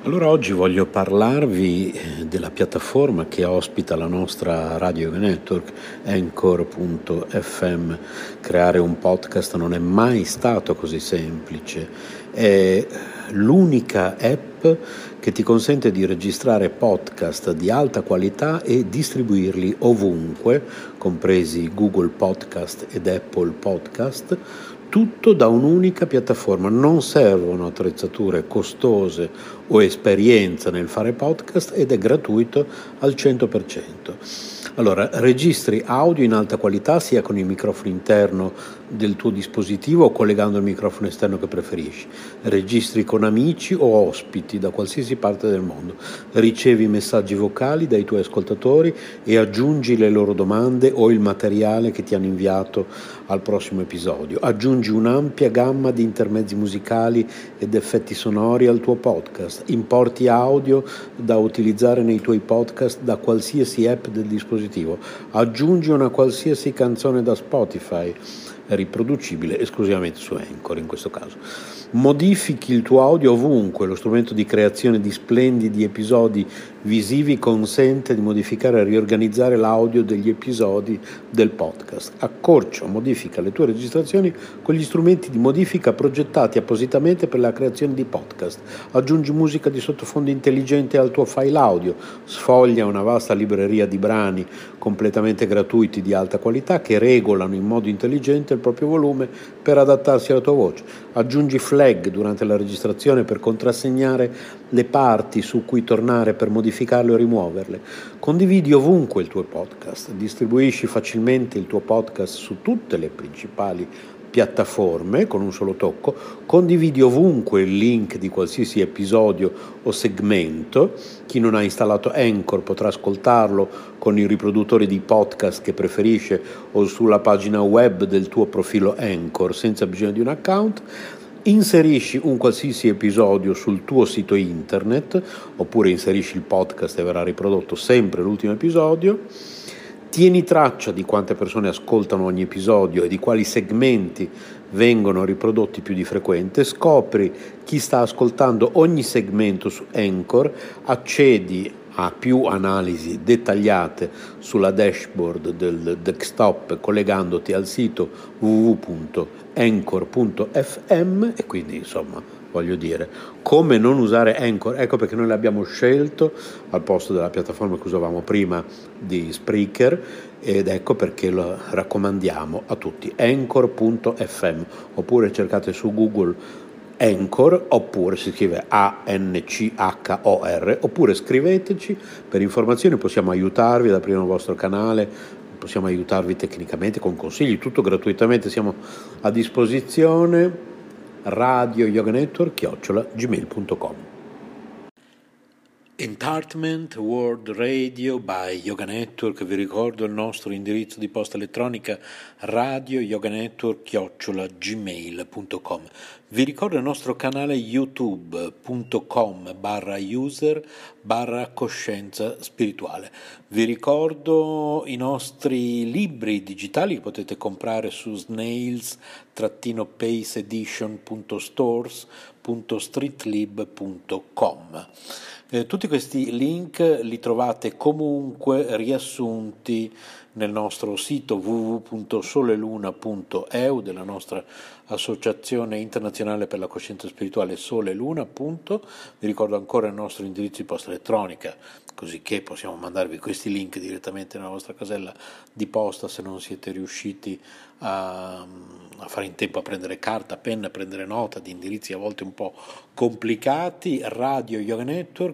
Allora oggi voglio parlarvi della piattaforma che ospita la nostra Radio Yoga Network, Anchor.fm. Creare un podcast non è mai stato così semplice. È l'unica app che ti consente di registrare podcast di alta qualità e distribuirli ovunque, compresi Google Podcast ed Apple Podcast, tutto da un'unica piattaforma. Non servono attrezzature costose o esperienza nel fare podcast ed è gratuito al 100%. Allora, registri audio in alta qualità sia con il microfono interno del tuo dispositivo o collegando il microfono esterno che preferisci. Registri con amici o ospiti da qualsiasi parte del mondo. Ricevi messaggi vocali dai tuoi ascoltatori e aggiungi le loro domande o il materiale che ti hanno inviato al prossimo episodio. Aggiungi un'ampia gamma di intermezzi musicali ed effetti sonori al tuo podcast. Importi audio da utilizzare nei tuoi podcast da qualsiasi app del dispositivo. Aggiungi una qualsiasi canzone da Spotify, riproducibile esclusivamente su Anchor in questo caso. Modifichi il tuo audio ovunque. Lo strumento di creazione di splendidi episodi visivi consente di modificare e riorganizzare l'audio degli episodi del podcast. Accorcia o modifica le tue registrazioni con gli strumenti di modifica progettati appositamente per la creazione di podcast. Aggiungi musica di sottofondo intelligente al tuo file audio. Sfoglia una vasta libreria di brani completamente gratuiti di alta qualità che regolano in modo intelligente il proprio volume per adattarsi alla tua voce. Aggiungi flag durante la registrazione per contrassegnare le parti su cui tornare per modificarle o rimuoverle. Condividi ovunque il tuo podcast, distribuisci facilmente il tuo podcast su tutte le principali piattaforme con un solo tocco, condividi ovunque il link di qualsiasi episodio o segmento. Chi non ha installato Anchor potrà ascoltarlo con i riproduttori di podcast che preferisce o sulla pagina web del tuo profilo Anchor senza bisogno di un account. Inserisci un qualsiasi episodio sul tuo sito internet oppure inserisci il podcast e verrà riprodotto sempre l'ultimo episodio. Tieni traccia di quante persone ascoltano ogni episodio e di quali segmenti vengono riprodotti più di frequente. Scopri chi sta ascoltando ogni segmento su Anchor, accedi a più analisi dettagliate sulla dashboard del desktop collegandoti al sito www.anchor.fm e quindi insomma voglio dire, come non usare Anchor? Ecco perché noi l'abbiamo scelto al posto della piattaforma che usavamo prima di Spreaker ed ecco perché lo raccomandiamo a tutti, Anchor.fm, oppure cercate su Google Anchor, oppure si scrive Anchor, oppure scriveteci per informazioni, possiamo aiutarvi ad aprire un vostro canale, possiamo aiutarvi tecnicamente con consigli, tutto gratuitamente, siamo a disposizione. Radio Yoga Network @gmail.com. Entertainment World Radio by Yoga Network. Vi ricordo il nostro indirizzo di posta elettronica radioyoganetwork@gmail.com. Vi ricordo il nostro canale youtube.com/user/coscienza spirituale. Vi ricordo i nostri libri digitali che potete comprare su snails-paceedition.stores.streetlib.com. Tutti questi link li trovate comunque riassunti nel nostro sito www.soleluna.eu della nostra associazione internazionale per la coscienza spirituale Sole Luna. Vi ricordo ancora il nostro indirizzo di posta elettronica, così che possiamo mandarvi questi link direttamente nella vostra casella di posta se non siete riusciti a fare in tempo a prendere carta, penna, a prendere nota di indirizzi a volte un po' complicati. Radio Yoga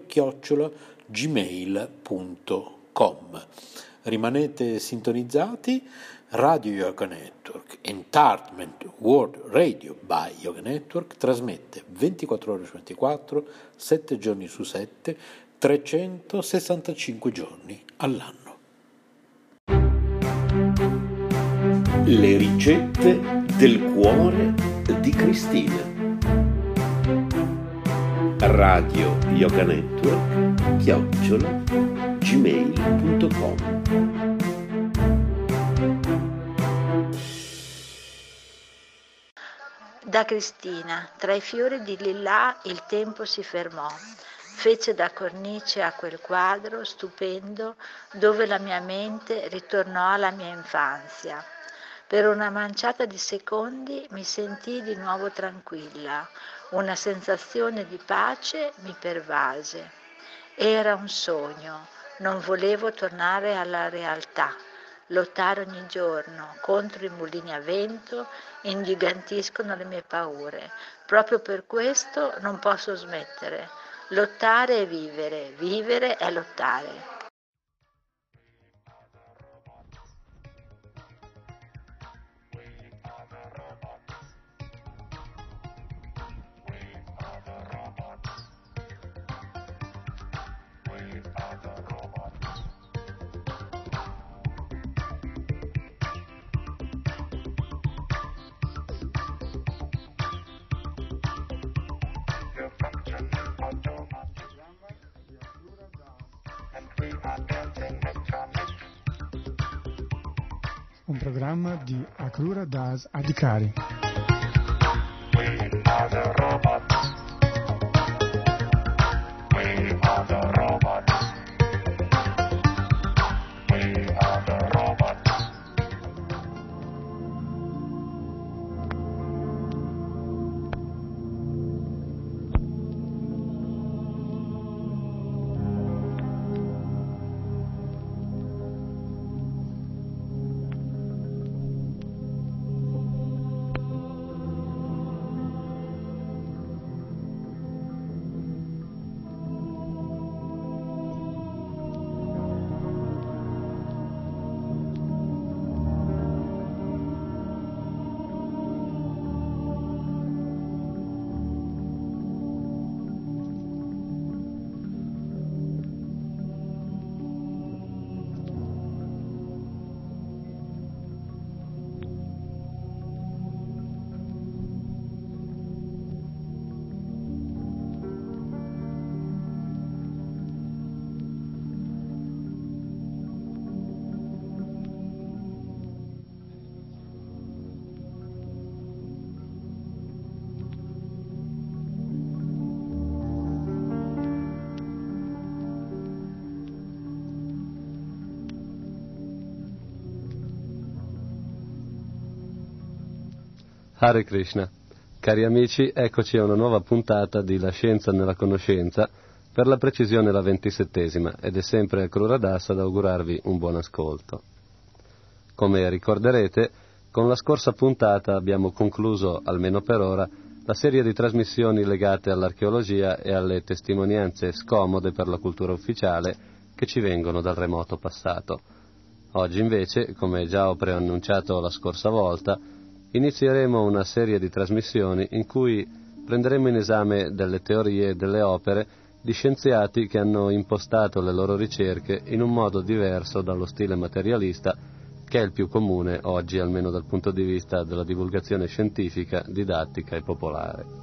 Network@gmail.com. Rimanete sintonizzati. Radio Yoga Network, Entertainment World Radio by Yoga Network, trasmette 24 ore su 24, 7 giorni su 7, 365 giorni all'anno. Le ricette del cuore di Cristina. Radio Yoga Network @gmail.com. Da Cristina, tra i fiori di lillà il tempo si fermò. fece da cornice a quel quadro stupendo dove la mia mente ritornò alla mia infanzia. Per una manciata di secondi mi sentii di nuovo tranquilla, una sensazione di pace mi pervase. Era un sogno, non volevo tornare alla realtà, lottare ogni giorno contro i mulini a vento ingigantiscono le mie paure. Proprio per questo non posso smettere. Lottare è vivere, vivere è lottare. Un programma di Akrura Das Adhikari. Hare Krishna. Cari amici, eccoci a una nuova puntata di La Scienza nella Conoscenza, per la precisione la 27ª, ed è sempre Akrura Das ad augurarvi un buon ascolto. Come ricorderete, con la scorsa puntata abbiamo concluso, almeno per ora, la serie di trasmissioni legate all'archeologia e alle testimonianze scomode per la cultura ufficiale che ci vengono dal remoto passato. Oggi invece, come già ho preannunciato la scorsa volta, inizieremo una serie di trasmissioni in cui prenderemo in esame delle teorie e delle opere di scienziati che hanno impostato le loro ricerche in un modo diverso dallo stile materialista che è il più comune oggi, almeno dal punto di vista della divulgazione scientifica, didattica e popolare.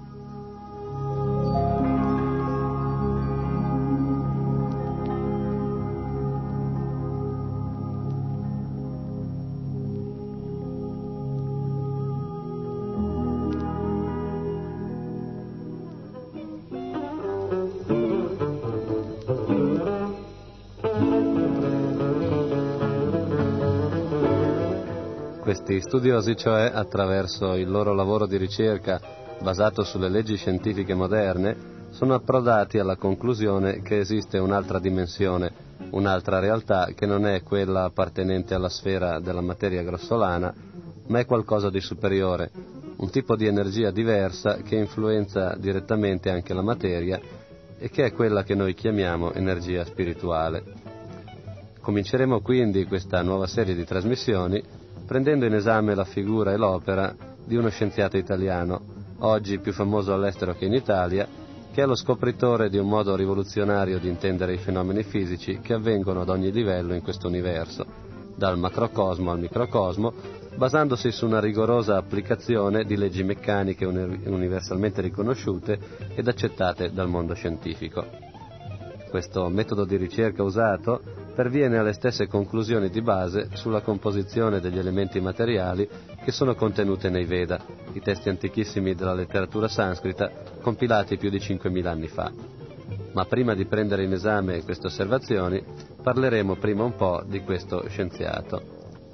Questi studiosi, cioè, attraverso il loro lavoro di ricerca basato sulle leggi scientifiche moderne, sono approdati alla conclusione che esiste un'altra dimensione, un'altra realtà che non è quella appartenente alla sfera della materia grossolana, ma è qualcosa di superiore, un tipo di energia diversa che influenza direttamente anche la materia e che è quella che noi chiamiamo energia spirituale. Cominceremo quindi questa nuova serie di trasmissioni prendendo in esame la figura e l'opera di uno scienziato italiano, oggi più famoso all'estero che in Italia, che è lo scopritore di un modo rivoluzionario di intendere i fenomeni fisici che avvengono ad ogni livello in questo universo, dal macrocosmo al microcosmo, basandosi su una rigorosa applicazione di leggi meccaniche universalmente riconosciute ed accettate dal mondo scientifico. Questo metodo di ricerca usato perviene alle stesse conclusioni di base sulla composizione degli elementi materiali che sono contenute nei Veda, i testi antichissimi della letteratura sanscrita compilati più di 5.000 anni fa. Ma prima di prendere in esame queste osservazioni, parleremo prima un po' di questo scienziato.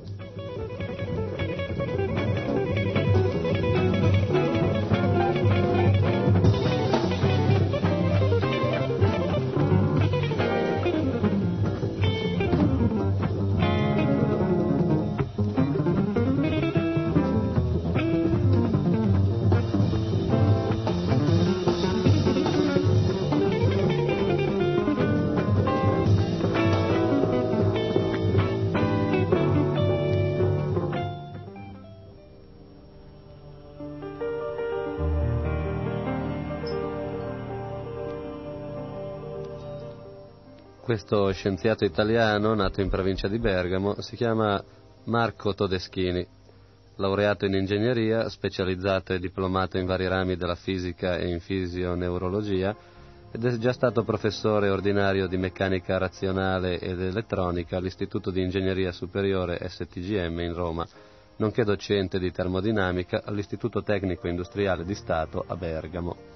Questo scienziato italiano, nato in provincia di Bergamo, si chiama Marco Todeschini, laureato in ingegneria, specializzato e diplomato in vari rami della fisica e in fisioneurologia, ed è già stato professore ordinario di meccanica razionale ed elettronica all'Istituto di Ingegneria Superiore STGM in Roma, nonché docente di termodinamica all'Istituto Tecnico Industriale di Stato a Bergamo.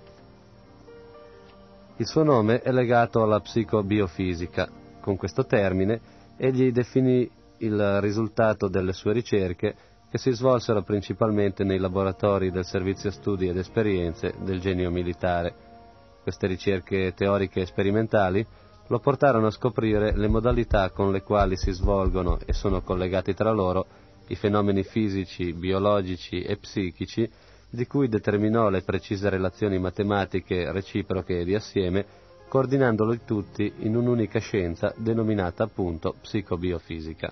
Il suo nome è legato alla psicobiofisica. Con questo termine egli definì il risultato delle sue ricerche, che si svolsero principalmente nei laboratori del Servizio Studi ed Esperienze del Genio Militare. Queste ricerche teoriche e sperimentali lo portarono a scoprire le modalità con le quali si svolgono e sono collegati tra loro i fenomeni fisici, biologici e psichici, di cui determinò le precise relazioni matematiche reciproche e di assieme, coordinandoli tutti in un'unica scienza denominata appunto psicobiofisica.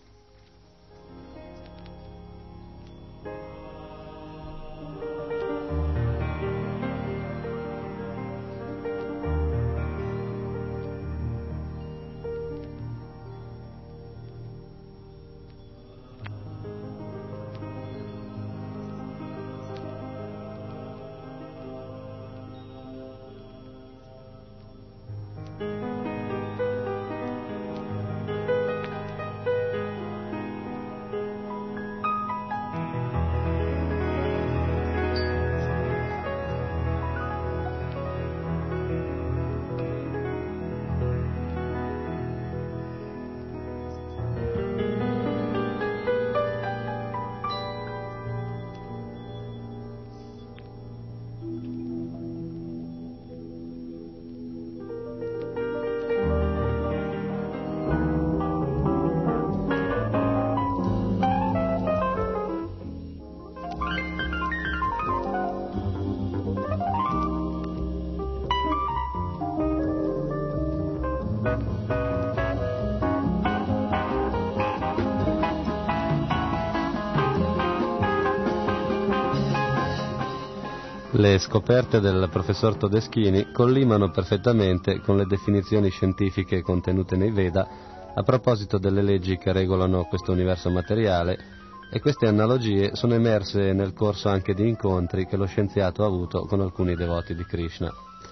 Le scoperte del professor Todeschini collimano perfettamente con le definizioni scientifiche contenute nei Veda a proposito delle leggi che regolano questo universo materiale, e queste analogie sono emerse nel corso anche di incontri che lo scienziato ha avuto con alcuni devoti di Krishna.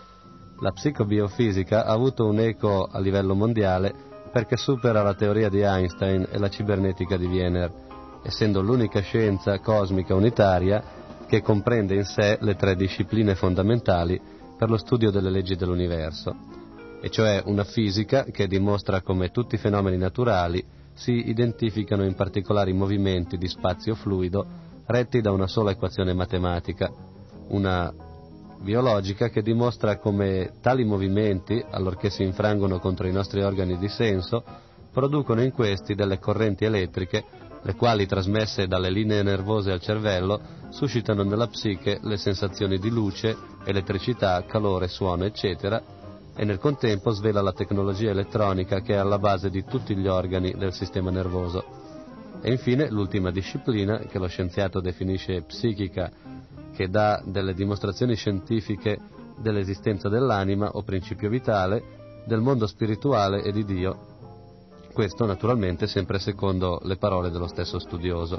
La psicobiofisica ha avuto un eco a livello mondiale perché supera la teoria di Einstein e la cibernetica di Wiener, essendo l'unica scienza cosmica unitaria che comprende in sé le tre discipline fondamentali per lo studio delle leggi dell'universo, e cioè una fisica che dimostra come tutti i fenomeni naturali si identificano in particolari movimenti di spazio fluido retti da una sola equazione matematica, una biologica che dimostra come tali movimenti, allorché si infrangono contro i nostri organi di senso, producono in questi delle correnti elettriche, le quali, trasmesse dalle linee nervose al cervello, suscitano nella psiche le sensazioni di luce, elettricità, calore, suono, eccetera, e nel contempo svela la tecnologia elettronica che è alla base di tutti gli organi del sistema nervoso. E infine l'ultima disciplina, che lo scienziato definisce psichica, che dà delle dimostrazioni scientifiche dell'esistenza dell'anima o principio vitale, del mondo spirituale e di Dio. Questo naturalmente sempre secondo le parole dello stesso studioso.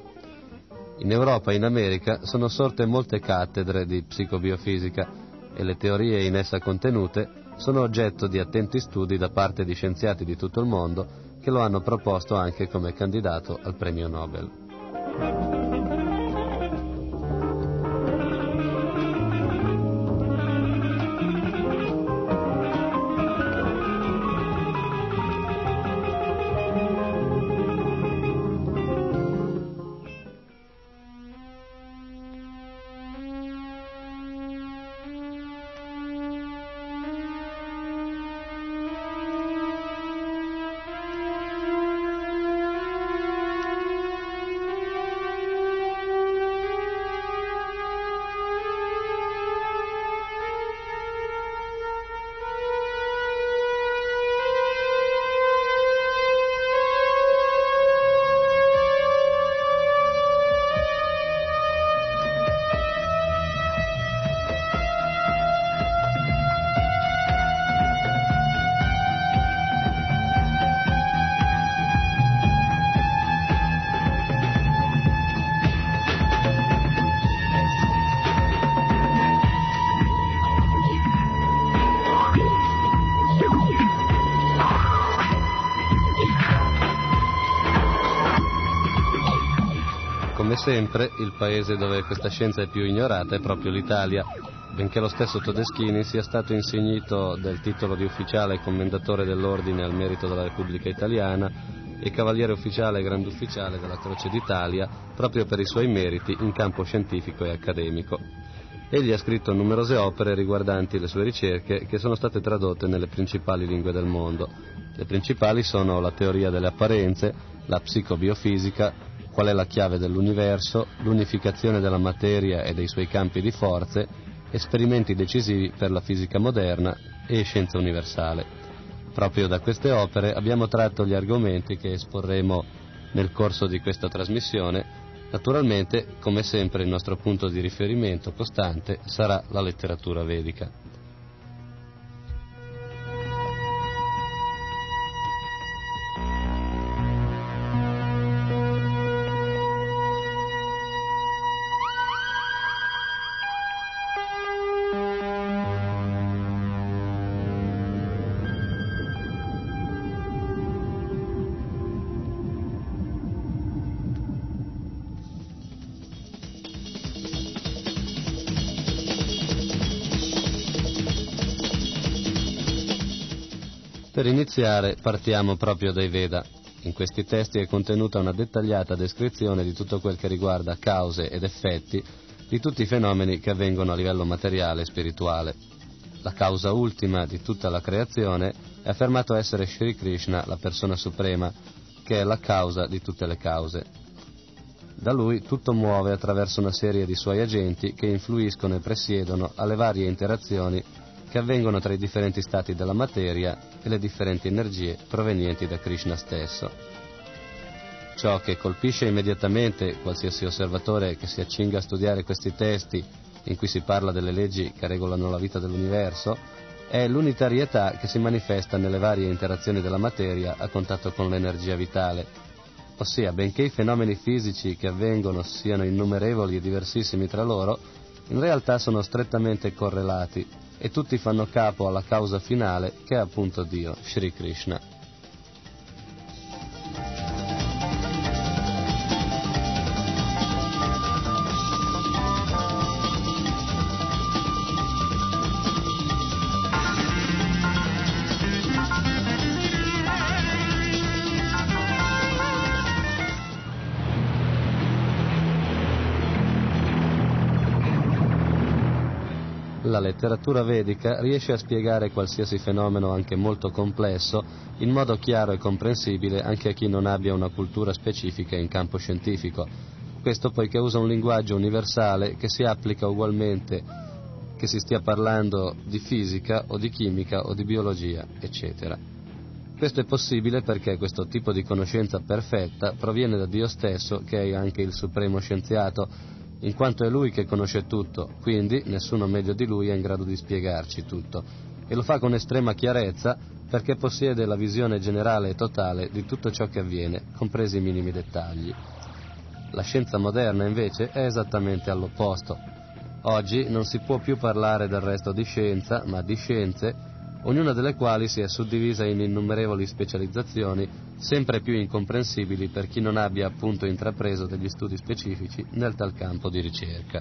In Europa e in America sono sorte molte cattedre di psicobiofisica e le teorie in essa contenute sono oggetto di attenti studi da parte di scienziati di tutto il mondo che lo hanno proposto anche come candidato al premio Nobel. Come sempre, il paese dove questa scienza è più ignorata è proprio l'Italia, benché lo stesso Todeschini sia stato insignito del titolo di ufficiale commendatore dell'Ordine al merito della Repubblica Italiana e cavaliere ufficiale e grandufficiale della Croce d'Italia proprio per i suoi meriti in campo scientifico e accademico. Egli ha scritto numerose opere riguardanti le sue ricerche che sono state tradotte nelle principali lingue del mondo. Le principali sono la teoria delle apparenze, la psicobiofisica, qual è la chiave dell'universo, l'unificazione della materia e dei suoi campi di forze, esperimenti decisivi per la fisica moderna e scienza universale. Proprio da queste opere abbiamo tratto gli argomenti che esporremo nel corso di questa trasmissione. Naturalmente, come sempre, il nostro punto di riferimento costante sarà la letteratura vedica. Per iniziare partiamo proprio dai Veda. In questi testi è contenuta una dettagliata descrizione di tutto quel che riguarda cause ed effetti di tutti i fenomeni che avvengono a livello materiale e spirituale. La causa ultima di tutta la creazione è affermato essere Shri Krishna, la persona suprema, che è la causa di tutte le cause. Da lui tutto muove attraverso una serie di suoi agenti che influiscono e presiedono alle varie interazioni che avvengono tra i differenti stati della materia e le differenti energie provenienti da Krishna stesso. Ciò che colpisce immediatamente qualsiasi osservatore che si accinga a studiare questi testi in cui si parla delle leggi che regolano la vita dell'universo è l'unitarietà che si manifesta nelle varie interazioni della materia a contatto con l'energia vitale, ossia benché i fenomeni fisici che avvengono siano innumerevoli e diversissimi tra loro, in realtà sono strettamente correlati e tutti fanno capo alla causa finale che è appunto Dio, Shri Krishna. La letteratura vedica riesce a spiegare qualsiasi fenomeno anche molto complesso in modo chiaro e comprensibile anche a chi non abbia una cultura specifica in campo scientifico. Questo poiché usa un linguaggio universale che si applica ugualmente che si stia parlando di fisica o di chimica o di biologia, eccetera. Questo è possibile perché questo tipo di conoscenza perfetta proviene da Dio stesso, che è anche il supremo scienziato, in quanto è Lui che conosce tutto, quindi nessuno meglio di Lui è in grado di spiegarci tutto, e lo fa con estrema chiarezza perché possiede la visione generale e totale di tutto ciò che avviene, compresi i minimi dettagli. La scienza moderna, invece, è esattamente all'opposto. Oggi non si può più parlare del resto di scienza, ma di scienze, ognuna delle quali si è suddivisa in innumerevoli specializzazioni, sempre più incomprensibili per chi non abbia appunto intrapreso degli studi specifici nel tal campo di ricerca.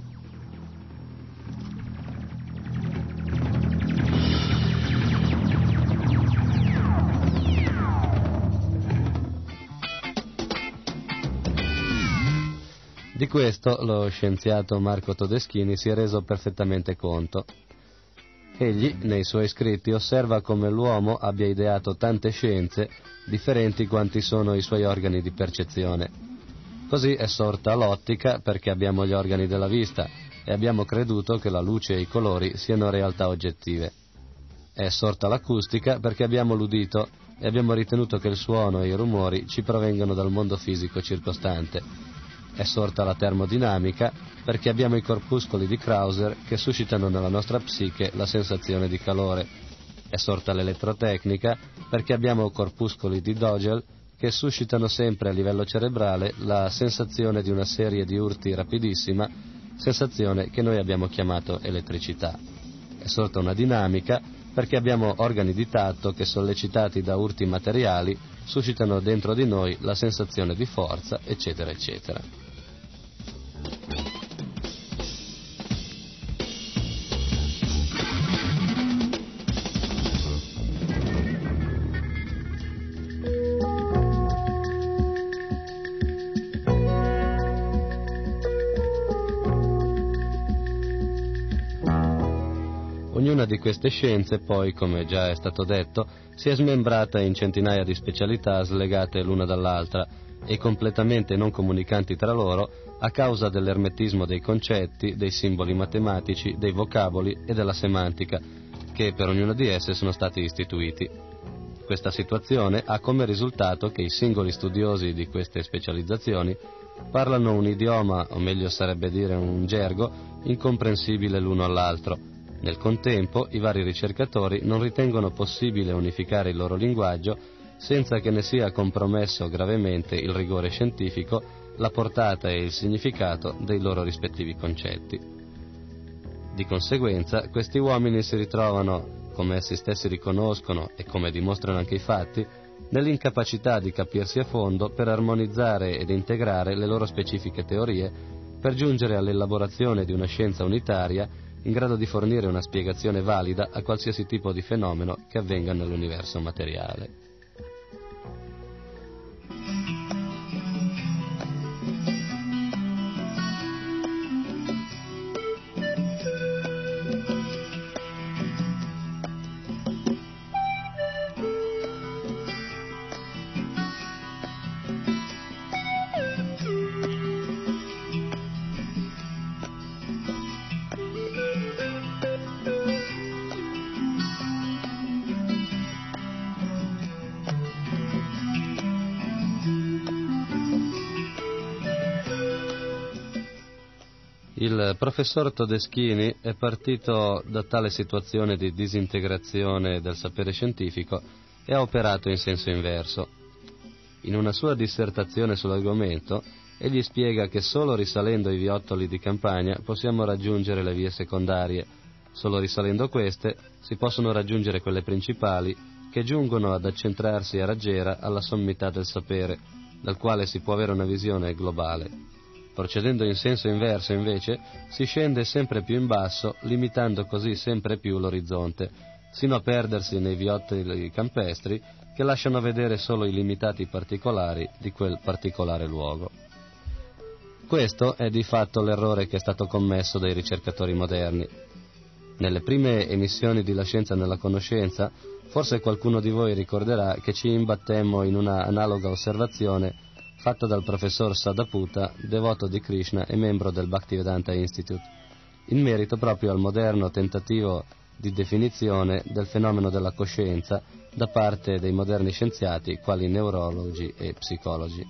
Di questo lo scienziato Marco Todeschini si è reso perfettamente conto. Egli, nei suoi scritti, osserva come l'uomo abbia ideato tante scienze, differenti quanti sono i suoi organi di percezione. Così è sorta l'ottica perché abbiamo gli organi della vista e abbiamo creduto che la luce e i colori siano realtà oggettive. È sorta l'acustica perché abbiamo l'udito e abbiamo ritenuto che il suono e i rumori ci provengono dal mondo fisico circostante. È sorta la termodinamica perché abbiamo i corpuscoli di Krauser che suscitano nella nostra psiche la sensazione di calore. È sorta l'elettrotecnica perché abbiamo corpuscoli di Dogel che suscitano sempre a livello cerebrale la sensazione di una serie di urti rapidissima, sensazione che noi abbiamo chiamato elettricità. È sorta una dinamica perché abbiamo organi di tatto che, sollecitati da urti materiali, suscitano dentro di noi la sensazione di forza, eccetera, eccetera. di queste scienze poi, come già è stato detto, si è smembrata in centinaia di specialità slegate l'una dall'altra e completamente non comunicanti tra loro a causa dell'ermetismo dei concetti, dei simboli matematici, dei vocaboli e della semantica, che per ognuna di esse sono stati istituiti. Questa situazione ha come risultato che i singoli studiosi di queste specializzazioni parlano un idioma, o meglio sarebbe dire un gergo, incomprensibile l'uno all'altro. Nel contempo, i vari ricercatori non ritengono possibile unificare il loro linguaggio senza che ne sia compromesso gravemente il rigore scientifico, la portata e il significato dei loro rispettivi concetti. Di conseguenza, questi uomini si ritrovano, come essi stessi riconoscono e come dimostrano anche i fatti, nell'incapacità di capirsi a fondo per armonizzare ed integrare le loro specifiche teorie per giungere all'elaborazione di una scienza unitaria in grado di fornire una spiegazione valida a qualsiasi tipo di fenomeno che avvenga nell'universo materiale. Il professor Todeschini è partito da tale situazione di disintegrazione del sapere scientifico e ha operato in senso inverso. In una sua dissertazione sull'argomento, egli spiega che solo risalendo ai viottoli di campagna possiamo raggiungere le vie secondarie. Solo risalendo queste si possono raggiungere quelle principali che giungono ad accentrarsi a raggiera alla sommità del sapere, dal quale si può avere una visione globale. Procedendo in senso inverso, invece, si scende sempre più in basso, limitando così sempre più l'orizzonte, sino a perdersi nei viottoli campestri che lasciano vedere solo i limitati particolari di quel particolare luogo. Questo è di fatto l'errore che è stato commesso dai ricercatori moderni. Nelle prime emissioni di La scienza nella conoscenza, forse qualcuno di voi ricorderà che ci imbattemmo in una analoga osservazione fatta dal professor Sadaputa, devoto di Krishna e membro del Bhaktivedanta Institute, in merito proprio al moderno tentativo di definizione del fenomeno della coscienza da parte dei moderni scienziati quali neurologi e psicologi.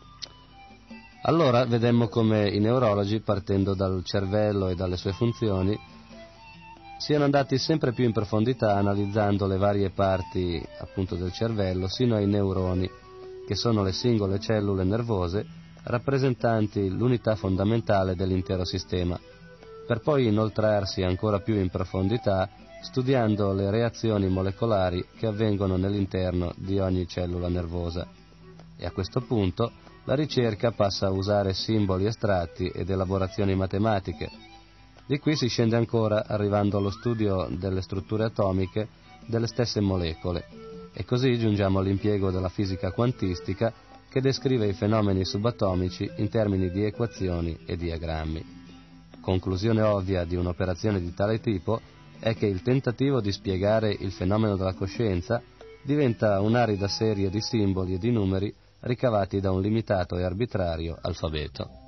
Allora vedemmo come i neurologi, partendo dal cervello e dalle sue funzioni, siano andati sempre più in profondità analizzando le varie parti appunto del cervello sino ai neuroni, che sono le singole cellule nervose rappresentanti l'unità fondamentale dell'intero sistema, per poi inoltrarsi ancora più in profondità studiando le reazioni molecolari che avvengono nell'interno di ogni cellula nervosa. E a questo punto la ricerca passa a usare simboli astratti ed elaborazioni matematiche. Di qui si scende ancora arrivando allo studio delle strutture atomiche delle stesse molecole, e così giungiamo all'impiego della fisica quantistica che descrive i fenomeni subatomici in termini di equazioni e diagrammi. Conclusione ovvia di un'operazione di tale tipo è che il tentativo di spiegare il fenomeno della coscienza diventa un'arida serie di simboli e di numeri ricavati da un limitato e arbitrario alfabeto.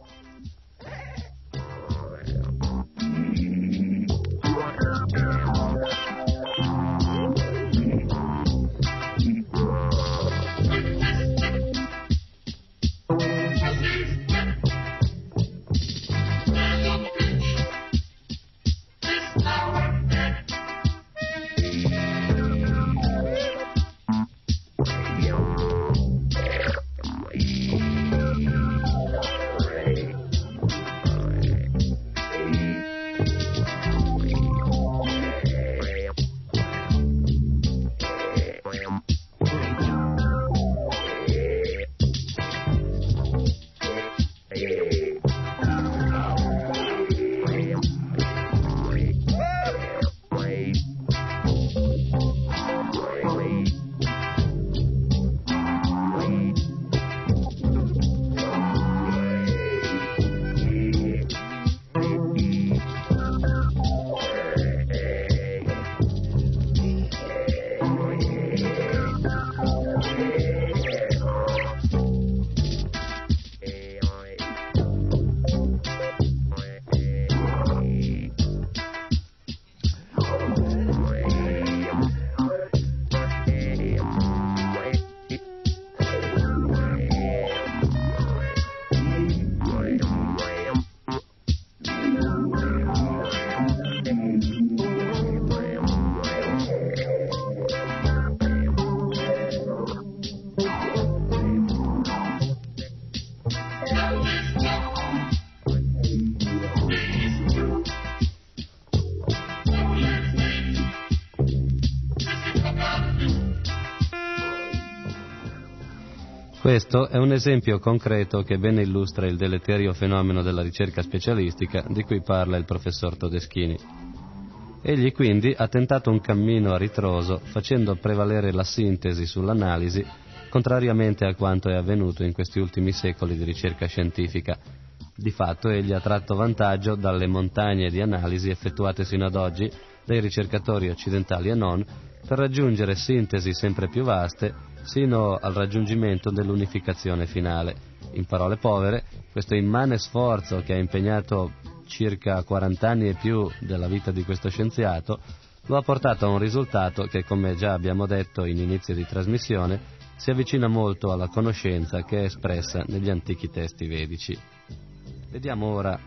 Questo è un esempio concreto che ben illustra il deleterio fenomeno della ricerca specialistica di cui parla il professor Todeschini. Egli quindi ha tentato un cammino a ritroso, facendo prevalere la sintesi sull'analisi, contrariamente a quanto è avvenuto in questi ultimi secoli di ricerca scientifica. Di fatto egli ha tratto vantaggio dalle montagne di analisi effettuate sino ad oggi dai ricercatori occidentali e non, per raggiungere sintesi sempre più vaste sino al raggiungimento dell'unificazione finale. In parole povere, questo immane sforzo che ha impegnato circa 40 anni e più della vita di questo scienziato lo ha portato a un risultato che, come già abbiamo detto in inizio di trasmissione, si avvicina molto alla conoscenza che è espressa negli antichi testi vedici. Vediamo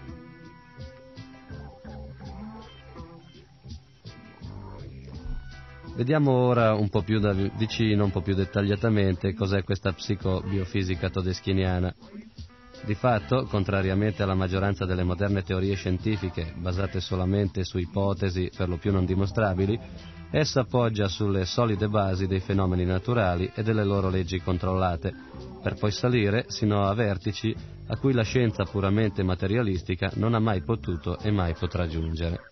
ora un po' più da vicino, un po' più dettagliatamente, cos'è questa psicobiofisica todeschiniana. Di fatto, contrariamente alla maggioranza delle moderne teorie scientifiche basate solamente su ipotesi per lo più non dimostrabili, essa poggia sulle solide basi dei fenomeni naturali e delle loro leggi controllate, per poi salire sino a vertici a cui la scienza puramente materialistica non ha mai potuto e mai potrà giungere.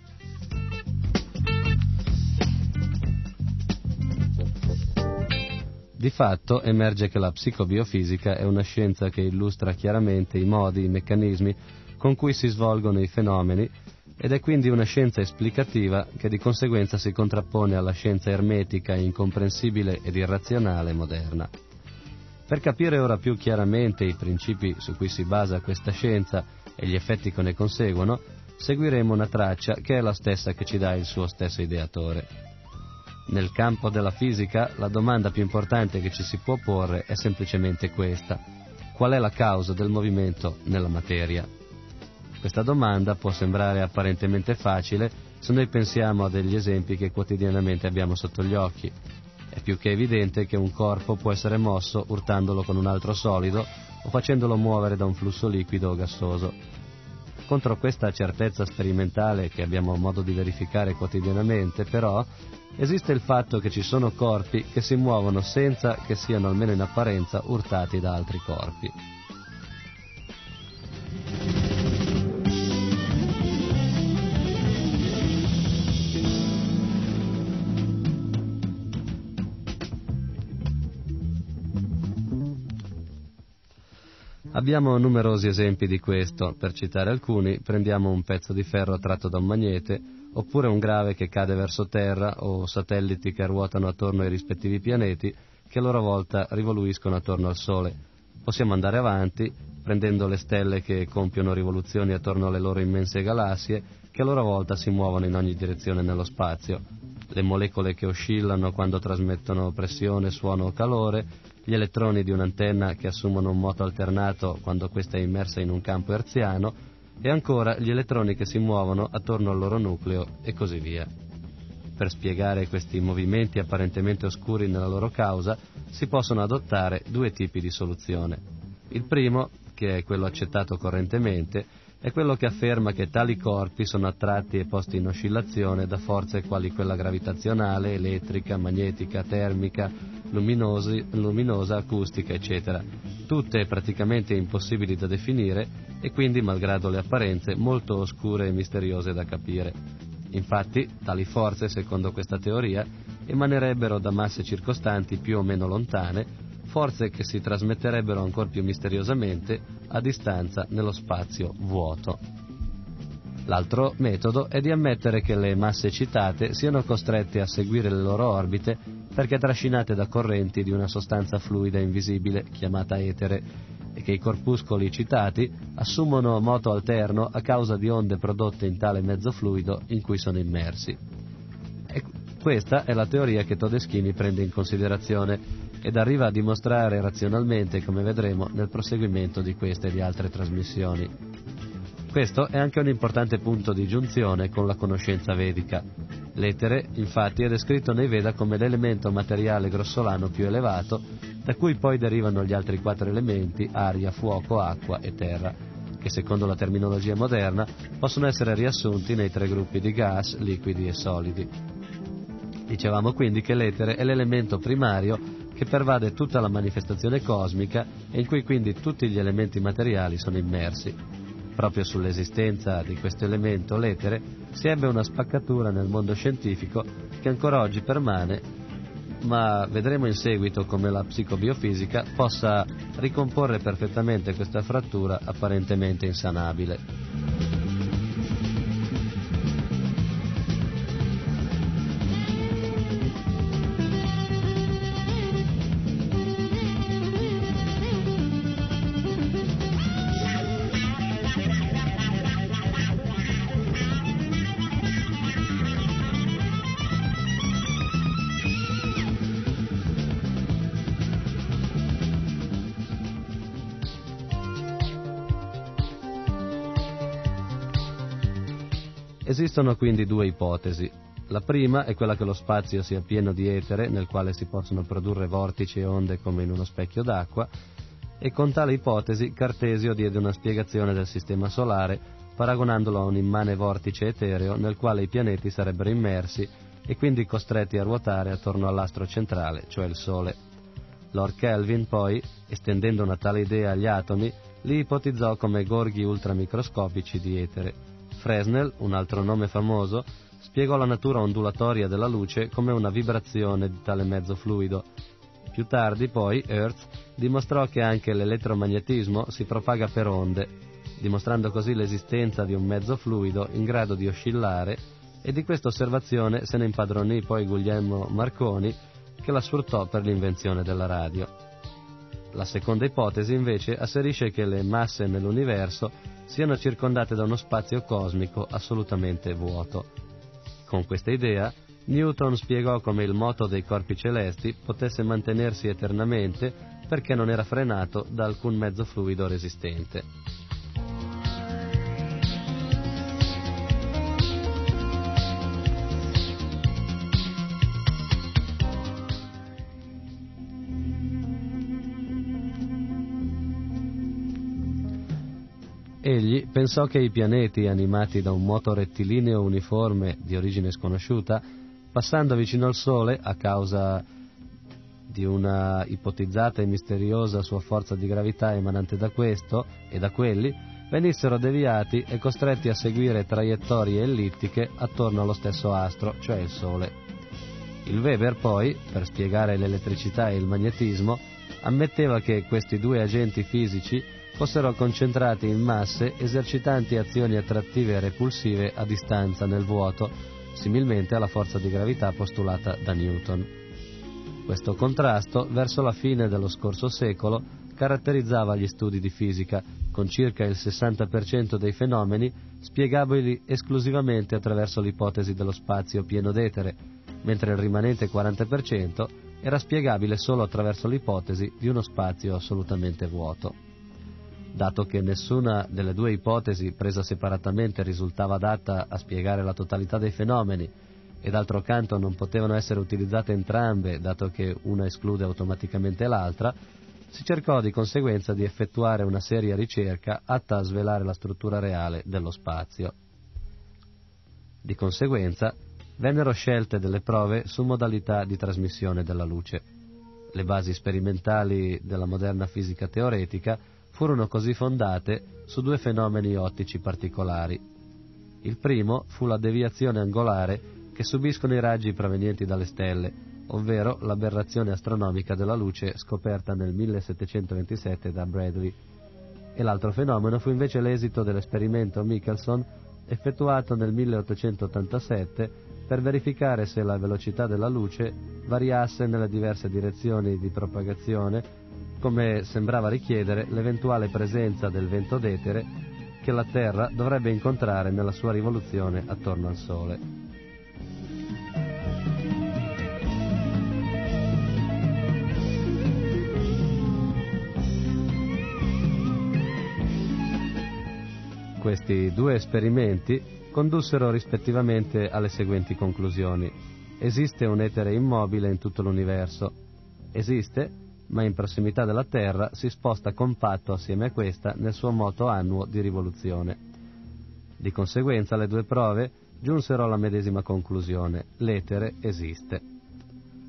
Di fatto emerge che la psicobiofisica è una scienza che illustra chiaramente i modi, i meccanismi con cui si svolgono i fenomeni ed è quindi una scienza esplicativa che di conseguenza si contrappone alla scienza ermetica, incomprensibile ed irrazionale moderna. Per capire ora più chiaramente i principi su cui si basa questa scienza e gli effetti che ne conseguono, seguiremo una traccia che è la stessa che ci dà il suo stesso ideatore. Nel campo della fisica, la domanda più importante che ci si può porre è semplicemente questa: qual è la causa del movimento nella materia? Questa domanda può sembrare apparentemente facile se noi pensiamo a degli esempi che quotidianamente abbiamo sotto gli occhi. È più che evidente che un corpo può essere mosso urtandolo con un altro solido o facendolo muovere da un flusso liquido o gassoso. Contro questa certezza sperimentale che abbiamo modo di verificare quotidianamente, però, esiste il fatto che ci sono corpi che si muovono senza che siano, almeno in apparenza, urtati da altri corpi. Abbiamo numerosi esempi di questo. Per citare alcuni, prendiamo un pezzo di ferro tratto da un magnete, oppure un grave che cade verso terra, o satelliti che ruotano attorno ai rispettivi pianeti, che a loro volta rivoluiscono attorno al Sole. Possiamo andare avanti, prendendo le stelle che compiono rivoluzioni attorno alle loro immense galassie, che a loro volta si muovono in ogni direzione nello spazio. Le molecole che oscillano quando trasmettono pressione, suono o calore, gli elettroni di un'antenna che assumono un moto alternato quando questa è immersa in un campo hertziano, e ancora gli elettroni che si muovono attorno al loro nucleo e così via. Per spiegare questi movimenti apparentemente oscuri nella loro causa si possono adottare due tipi di soluzione. Il primo, che è quello accettato correntemente, è quello che afferma che tali corpi sono attratti e posti in oscillazione da forze quali quella gravitazionale, elettrica, magnetica, termica, luminosa, acustica, eccetera, tutte praticamente impossibili da definire e quindi, malgrado le apparenze, molto oscure e misteriose da capire. Infatti, tali forze, secondo questa teoria, emanerebbero da masse circostanti più o meno lontane, forze che si trasmetterebbero ancor più misteriosamente a distanza nello spazio vuoto. L'altro metodo è di ammettere che le masse citate siano costrette a seguire le loro orbite perché trascinate da correnti di una sostanza fluida invisibile chiamata etere e che i corpuscoli citati assumono moto alterno a causa di onde prodotte in tale mezzo fluido in cui sono immersi. E questa è la teoria che Todeschini prende in considerazione ed arriva a dimostrare razionalmente, come vedremo nel proseguimento di queste e di altre trasmissioni. Questo è anche un importante punto di giunzione con la conoscenza vedica. L'etere, infatti, è descritto nei Veda come l'elemento materiale grossolano più elevato, da cui poi derivano gli altri 4 elementi, aria, fuoco, acqua e terra, che secondo la terminologia moderna possono essere riassunti nei 3 gruppi di gas, liquidi e solidi. Dicevamo quindi che l'etere è l'elemento primario che pervade tutta la manifestazione cosmica e in cui quindi tutti gli elementi materiali sono immersi. Proprio sull'esistenza di questo elemento, l'etere, si ebbe una spaccatura nel mondo scientifico che ancora oggi permane, ma vedremo in seguito come la psicobiofisica possa ricomporre perfettamente questa frattura apparentemente insanabile. Esistono quindi due ipotesi. La prima è quella che lo spazio sia pieno di etere, nel quale si possono produrre vortici e onde come in uno specchio d'acqua, e con tale ipotesi Cartesio diede una spiegazione del sistema solare, paragonandolo a un immane vortice etereo nel quale i pianeti sarebbero immersi e quindi costretti a ruotare attorno all'astro centrale, cioè il Sole. Lord Kelvin poi, estendendo una tale idea agli atomi, li ipotizzò come gorghi ultramicroscopici di etere. Fresnel, un altro nome famoso, spiegò la natura ondulatoria della luce come una vibrazione di tale mezzo fluido. Più tardi, poi, Hertz dimostrò che anche l'elettromagnetismo si propaga per onde, dimostrando così l'esistenza di un mezzo fluido in grado di oscillare, e di questa osservazione se ne impadronì poi Guglielmo Marconi, che la sfruttò per l'invenzione della radio. La seconda ipotesi, invece, asserisce che le masse nell'universo siano circondate da uno spazio cosmico assolutamente vuoto. Con questa idea, Newton spiegò come il moto dei corpi celesti potesse mantenersi eternamente perché non era frenato da alcun mezzo fluido resistente. Egli pensò che i pianeti, animati da un moto rettilineo uniforme di origine sconosciuta, passando vicino al Sole a causa di una ipotizzata e misteriosa sua forza di gravità emanante da questo e da quelli, venissero deviati e costretti a seguire traiettorie ellittiche attorno allo stesso astro, cioè il Sole. Il Weber poi, per spiegare l'elettricità e il magnetismo, ammetteva che questi due agenti fisici fossero concentrati in masse esercitanti azioni attrattive e repulsive a distanza nel vuoto, similmente alla forza di gravità postulata da Newton. Questo contrasto, verso la fine dello scorso secolo, caratterizzava gli studi di fisica, con circa il 60% dei fenomeni spiegabili esclusivamente attraverso l'ipotesi dello spazio pieno d'etere, mentre il rimanente 40% era spiegabile solo attraverso l'ipotesi di uno spazio assolutamente vuoto. Dato che nessuna delle due ipotesi presa separatamente risultava adatta a spiegare la totalità dei fenomeni e d'altro canto non potevano essere utilizzate entrambe, dato che una esclude automaticamente l'altra, si cercò di conseguenza di effettuare una seria ricerca atta a svelare la struttura reale dello spazio. Di conseguenza vennero scelte delle prove su modalità di trasmissione della luce. Le basi sperimentali della moderna fisica teoretica furono così fondate su due fenomeni ottici particolari. Il primo fu la deviazione angolare che subiscono i raggi provenienti dalle stelle, ovvero l'aberrazione astronomica della luce scoperta nel 1727 da Bradley. E l'altro fenomeno fu invece l'esito dell'esperimento Michelson effettuato nel 1887 per verificare se la velocità della luce variasse nelle diverse direzioni di propagazione, come sembrava richiedere l'eventuale presenza del vento d'etere che la Terra dovrebbe incontrare nella sua rivoluzione attorno al Sole. Questi due esperimenti condussero rispettivamente alle seguenti conclusioni. Esiste un etere immobile in tutto l'universo. Esiste, ma in prossimità della Terra si sposta compatto assieme a questa nel suo moto annuo di rivoluzione. Di conseguenza le due prove giunsero alla medesima conclusione: l'etere esiste.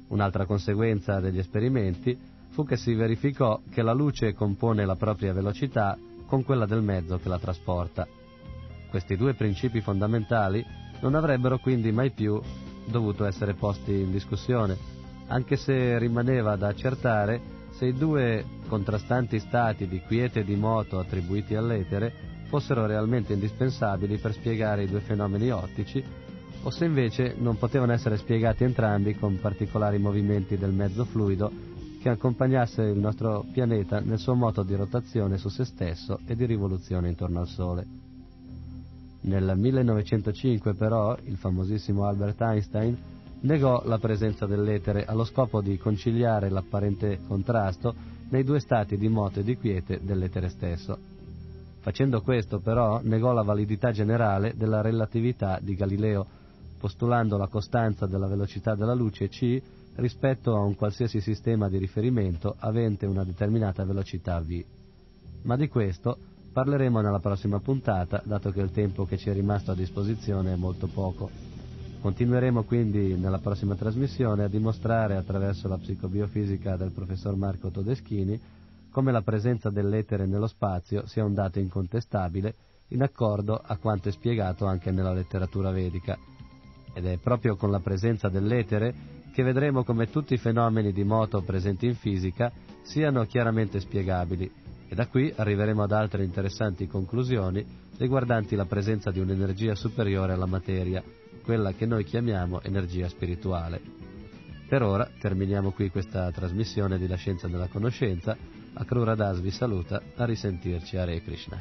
Un'altra conseguenza degli esperimenti fu che si verificò che la luce compone la propria velocità con quella del mezzo che la trasporta. Questi due principi fondamentali non avrebbero quindi mai più dovuto essere posti in discussione, anche se rimaneva da accertare se i due contrastanti stati di quiete e di moto attribuiti all'etere fossero realmente indispensabili per spiegare i due fenomeni ottici, o se invece non potevano essere spiegati entrambi con particolari movimenti del mezzo fluido che accompagnasse il nostro pianeta nel suo moto di rotazione su se stesso e di rivoluzione intorno al Sole. Nel 1905 però il famosissimo Albert Einstein negò la presenza dell'etere allo scopo di conciliare l'apparente contrasto nei due stati di moto e di quiete dell'etere stesso. Facendo questo però negò la validità generale della relatività di Galileo, postulando la costanza della velocità della luce c rispetto a un qualsiasi sistema di riferimento avente una determinata velocità v. Ma di questo parleremo nella prossima puntata, dato che il tempo che ci è rimasto a disposizione è molto poco. Continueremo quindi nella prossima trasmissione a dimostrare attraverso la psicobiofisica del professor Marco Todeschini come la presenza dell'etere nello spazio sia un dato incontestabile in accordo a quanto è spiegato anche nella letteratura vedica. Ed è proprio con la presenza dell'etere che vedremo come tutti i fenomeni di moto presenti in fisica siano chiaramente spiegabili, e da qui arriveremo ad altre interessanti conclusioni riguardanti la presenza di un'energia superiore alla materia, quella che noi chiamiamo energia spirituale. Per ora terminiamo qui questa trasmissione di La Scienza della Conoscenza. Akrura Das vi saluta, a risentirci. Hare Krishna.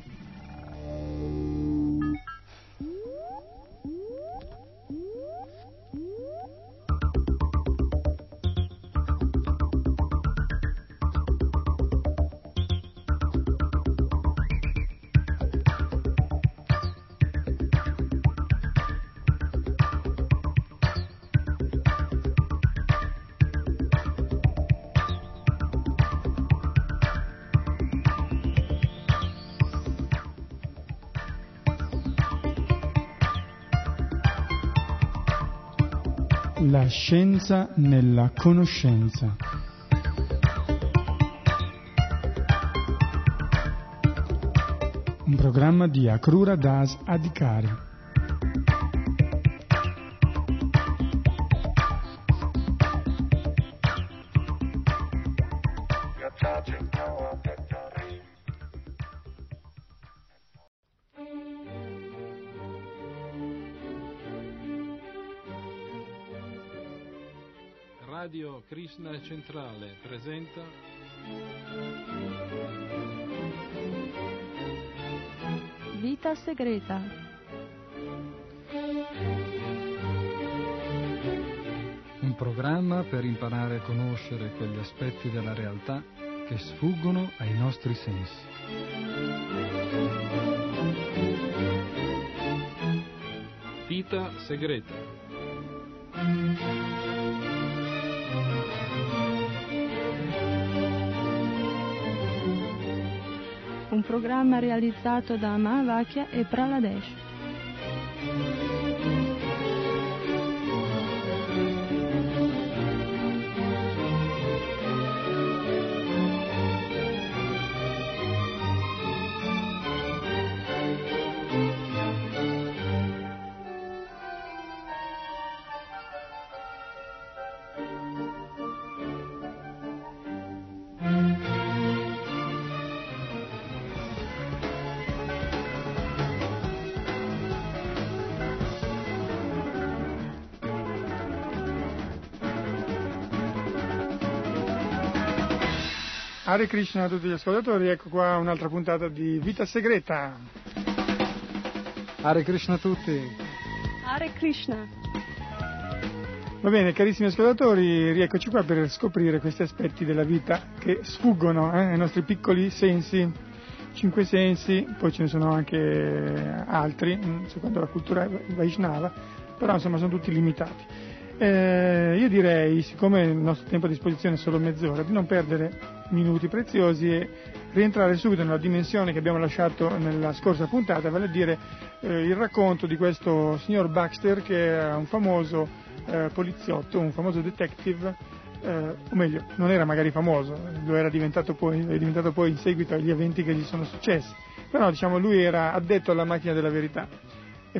La scienza nella conoscenza. Un programma di Akrura Das Adhikari. Radio Krishna Centrale presenta Vita segreta. Un programma per imparare a conoscere quegli aspetti della realtà che sfuggono ai nostri sensi. Vita segreta. Un programma realizzato da Mahavakya e Praladesh. Hare Krishna a tutti gli ascoltatori, ecco qua un'altra puntata di Vita Segreta. Hare Krishna a tutti. Hare Krishna. Va bene, carissimi ascoltatori, rieccoci qua per scoprire questi aspetti della vita che sfuggono ai nostri piccoli sensi, 5 sensi, poi ce ne sono anche altri, secondo la cultura Vaishnava, però insomma sono tutti limitati. Io direi, siccome il nostro tempo a disposizione è solo mezz'ora, di non perdere minuti preziosi e rientrare subito nella dimensione che abbiamo lasciato nella scorsa puntata, vale a dire il racconto di questo signor Baxter, che è un famoso poliziotto, un famoso detective, o meglio, non era magari famoso, lo è diventato poi in seguito agli eventi che gli sono successi, però diciamo lui era addetto alla macchina della verità e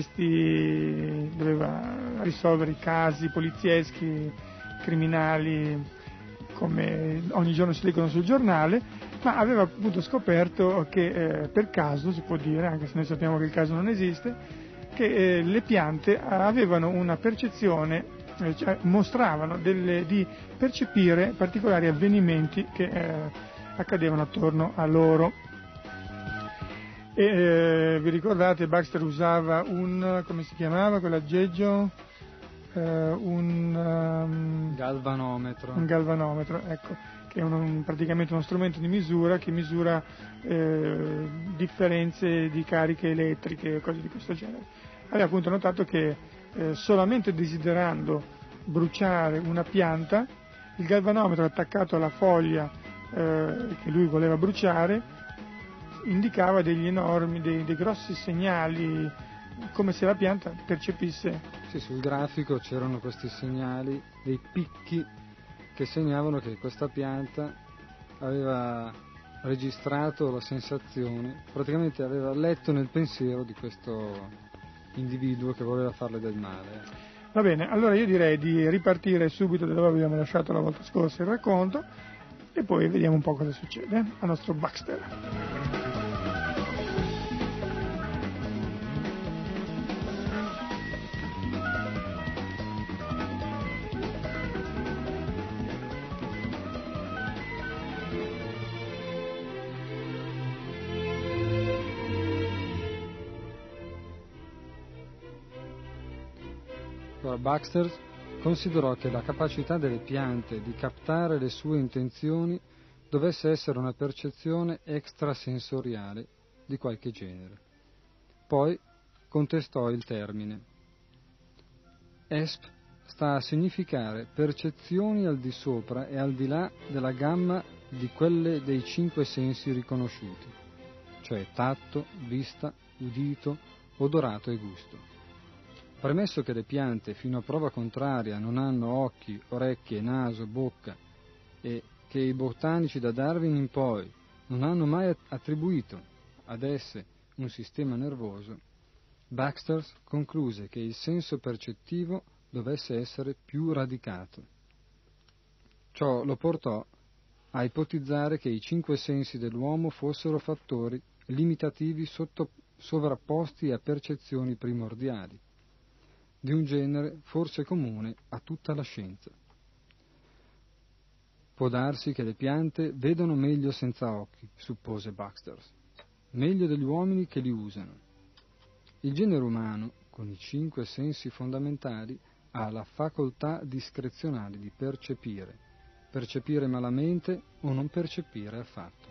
doveva risolvere i casi polizieschi, criminali, come ogni giorno si leggono sul giornale, ma aveva appunto scoperto che per caso, si può dire, anche se noi sappiamo che il caso non esiste, che le piante avevano una percezione, cioè mostravano di percepire particolari avvenimenti che accadevano attorno a loro. E vi ricordate, Baxter usava come si chiamava quell'aggeggio? Un galvanometro, ecco, che è praticamente uno strumento di misura che misura differenze di cariche elettriche e cose di questo genere. Aveva appunto notato che solamente desiderando bruciare una pianta, il galvanometro attaccato alla foglia che lui voleva bruciare indicava dei grossi segnali, come se la pianta percepisse. Sì, sul grafico c'erano questi segnali, dei picchi che segnavano che questa pianta aveva registrato la sensazione, praticamente aveva letto nel pensiero di questo individuo che voleva farle del male. Va bene, allora io direi di ripartire subito da dove abbiamo lasciato la volta scorsa il racconto e poi vediamo un po' cosa succede al nostro Baxter. Baxter considerò che la capacità delle piante di captare le sue intenzioni dovesse essere una percezione extrasensoriale di qualche genere. Poi contestò il termine. ESP sta a significare percezioni al di sopra e al di là della gamma di quelle dei 5 sensi riconosciuti, cioè tatto, vista, udito, odorato e gusto. Premesso che le piante fino a prova contraria non hanno occhi, orecchie, naso, bocca e che i botanici da Darwin in poi non hanno mai attribuito ad esse un sistema nervoso, Baxter concluse che il senso percettivo dovesse essere più radicato. Ciò lo portò a ipotizzare che i 5 sensi dell'uomo fossero fattori limitativi sovrapposti a percezioni primordiali, di un genere forse comune a tutta la scienza. Può darsi che le piante vedono meglio senza occhi, suppose Baxter, meglio degli uomini che li usano. Il genere umano, con i 5 sensi fondamentali, ha la facoltà discrezionale di percepire malamente o non percepire affatto.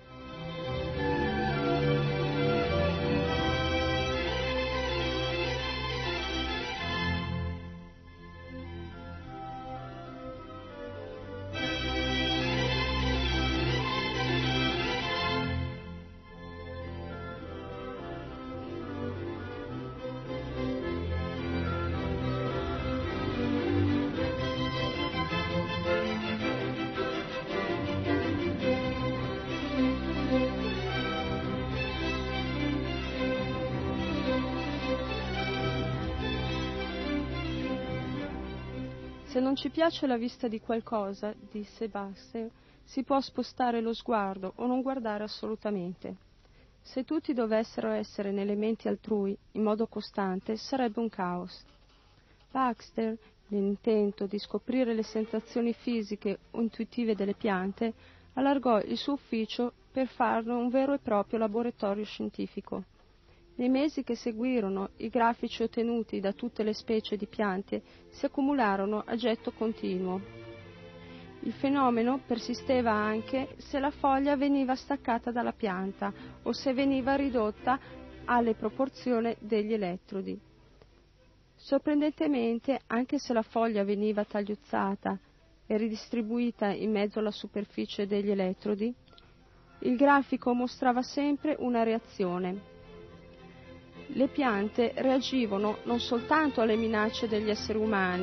Se non ci piace la vista di qualcosa, disse Baxter, si può spostare lo sguardo o non guardare assolutamente. Se tutti dovessero essere nelle menti altrui in modo costante, sarebbe un caos. Baxter, nell'intento di scoprire le sensazioni fisiche o intuitive delle piante, allargò il suo ufficio per farne un vero e proprio laboratorio scientifico. Nei mesi che seguirono, i grafici ottenuti da tutte le specie di piante si accumularono a getto continuo. Il fenomeno persisteva anche se la foglia veniva staccata dalla pianta o se veniva ridotta alle proporzioni degli elettrodi. Sorprendentemente, anche se la foglia veniva tagliuzzata e ridistribuita in mezzo alla superficie degli elettrodi, il grafico mostrava sempre una reazione. Le piante reagivano non soltanto alle minacce degli esseri umani,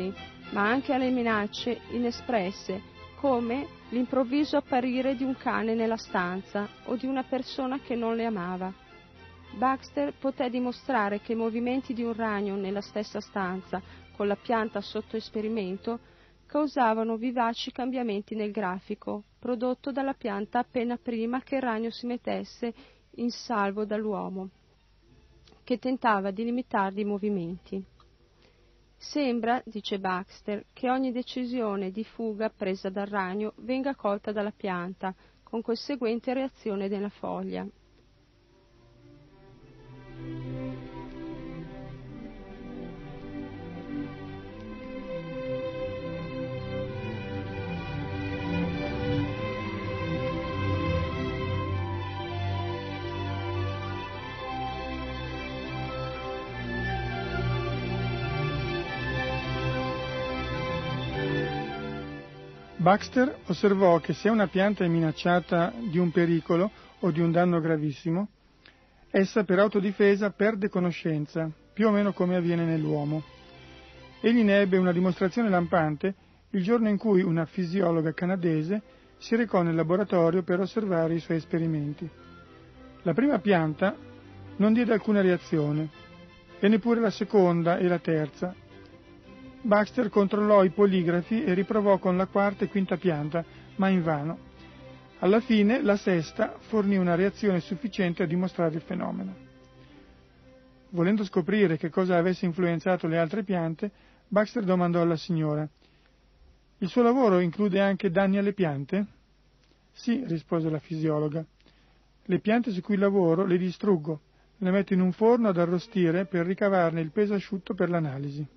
ma anche alle minacce inespresse, come l'improvviso apparire di un cane nella stanza o di una persona che non le amava. Baxter poté dimostrare che i movimenti di un ragno nella stessa stanza, con la pianta sotto esperimento, causavano vivaci cambiamenti nel grafico, prodotto dalla pianta appena prima che il ragno si mettesse in salvo dall'uomo, che tentava di limitargli i movimenti. Sembra, dice Baxter, che ogni decisione di fuga presa dal ragno venga colta dalla pianta, con conseguente reazione della foglia. Baxter osservò che se una pianta è minacciata di un pericolo o di un danno gravissimo, essa per autodifesa perde conoscenza, più o meno come avviene nell'uomo. Egli ne ebbe una dimostrazione lampante il giorno in cui una fisiologa canadese si recò nel laboratorio per osservare i suoi esperimenti. La prima pianta non diede alcuna reazione, e neppure la seconda e la terza. Baxter controllò i poligrafi e riprovò con la quarta e quinta pianta, ma invano. Alla fine la sesta fornì una reazione sufficiente a dimostrare il fenomeno. Volendo scoprire che cosa avesse influenzato le altre piante, Baxter domandò alla signora: «Il suo lavoro include anche danni alle piante?» «Sì», rispose la fisiologa. «Le piante su cui lavoro le distruggo, le metto in un forno ad arrostire per ricavarne il peso asciutto per l'analisi».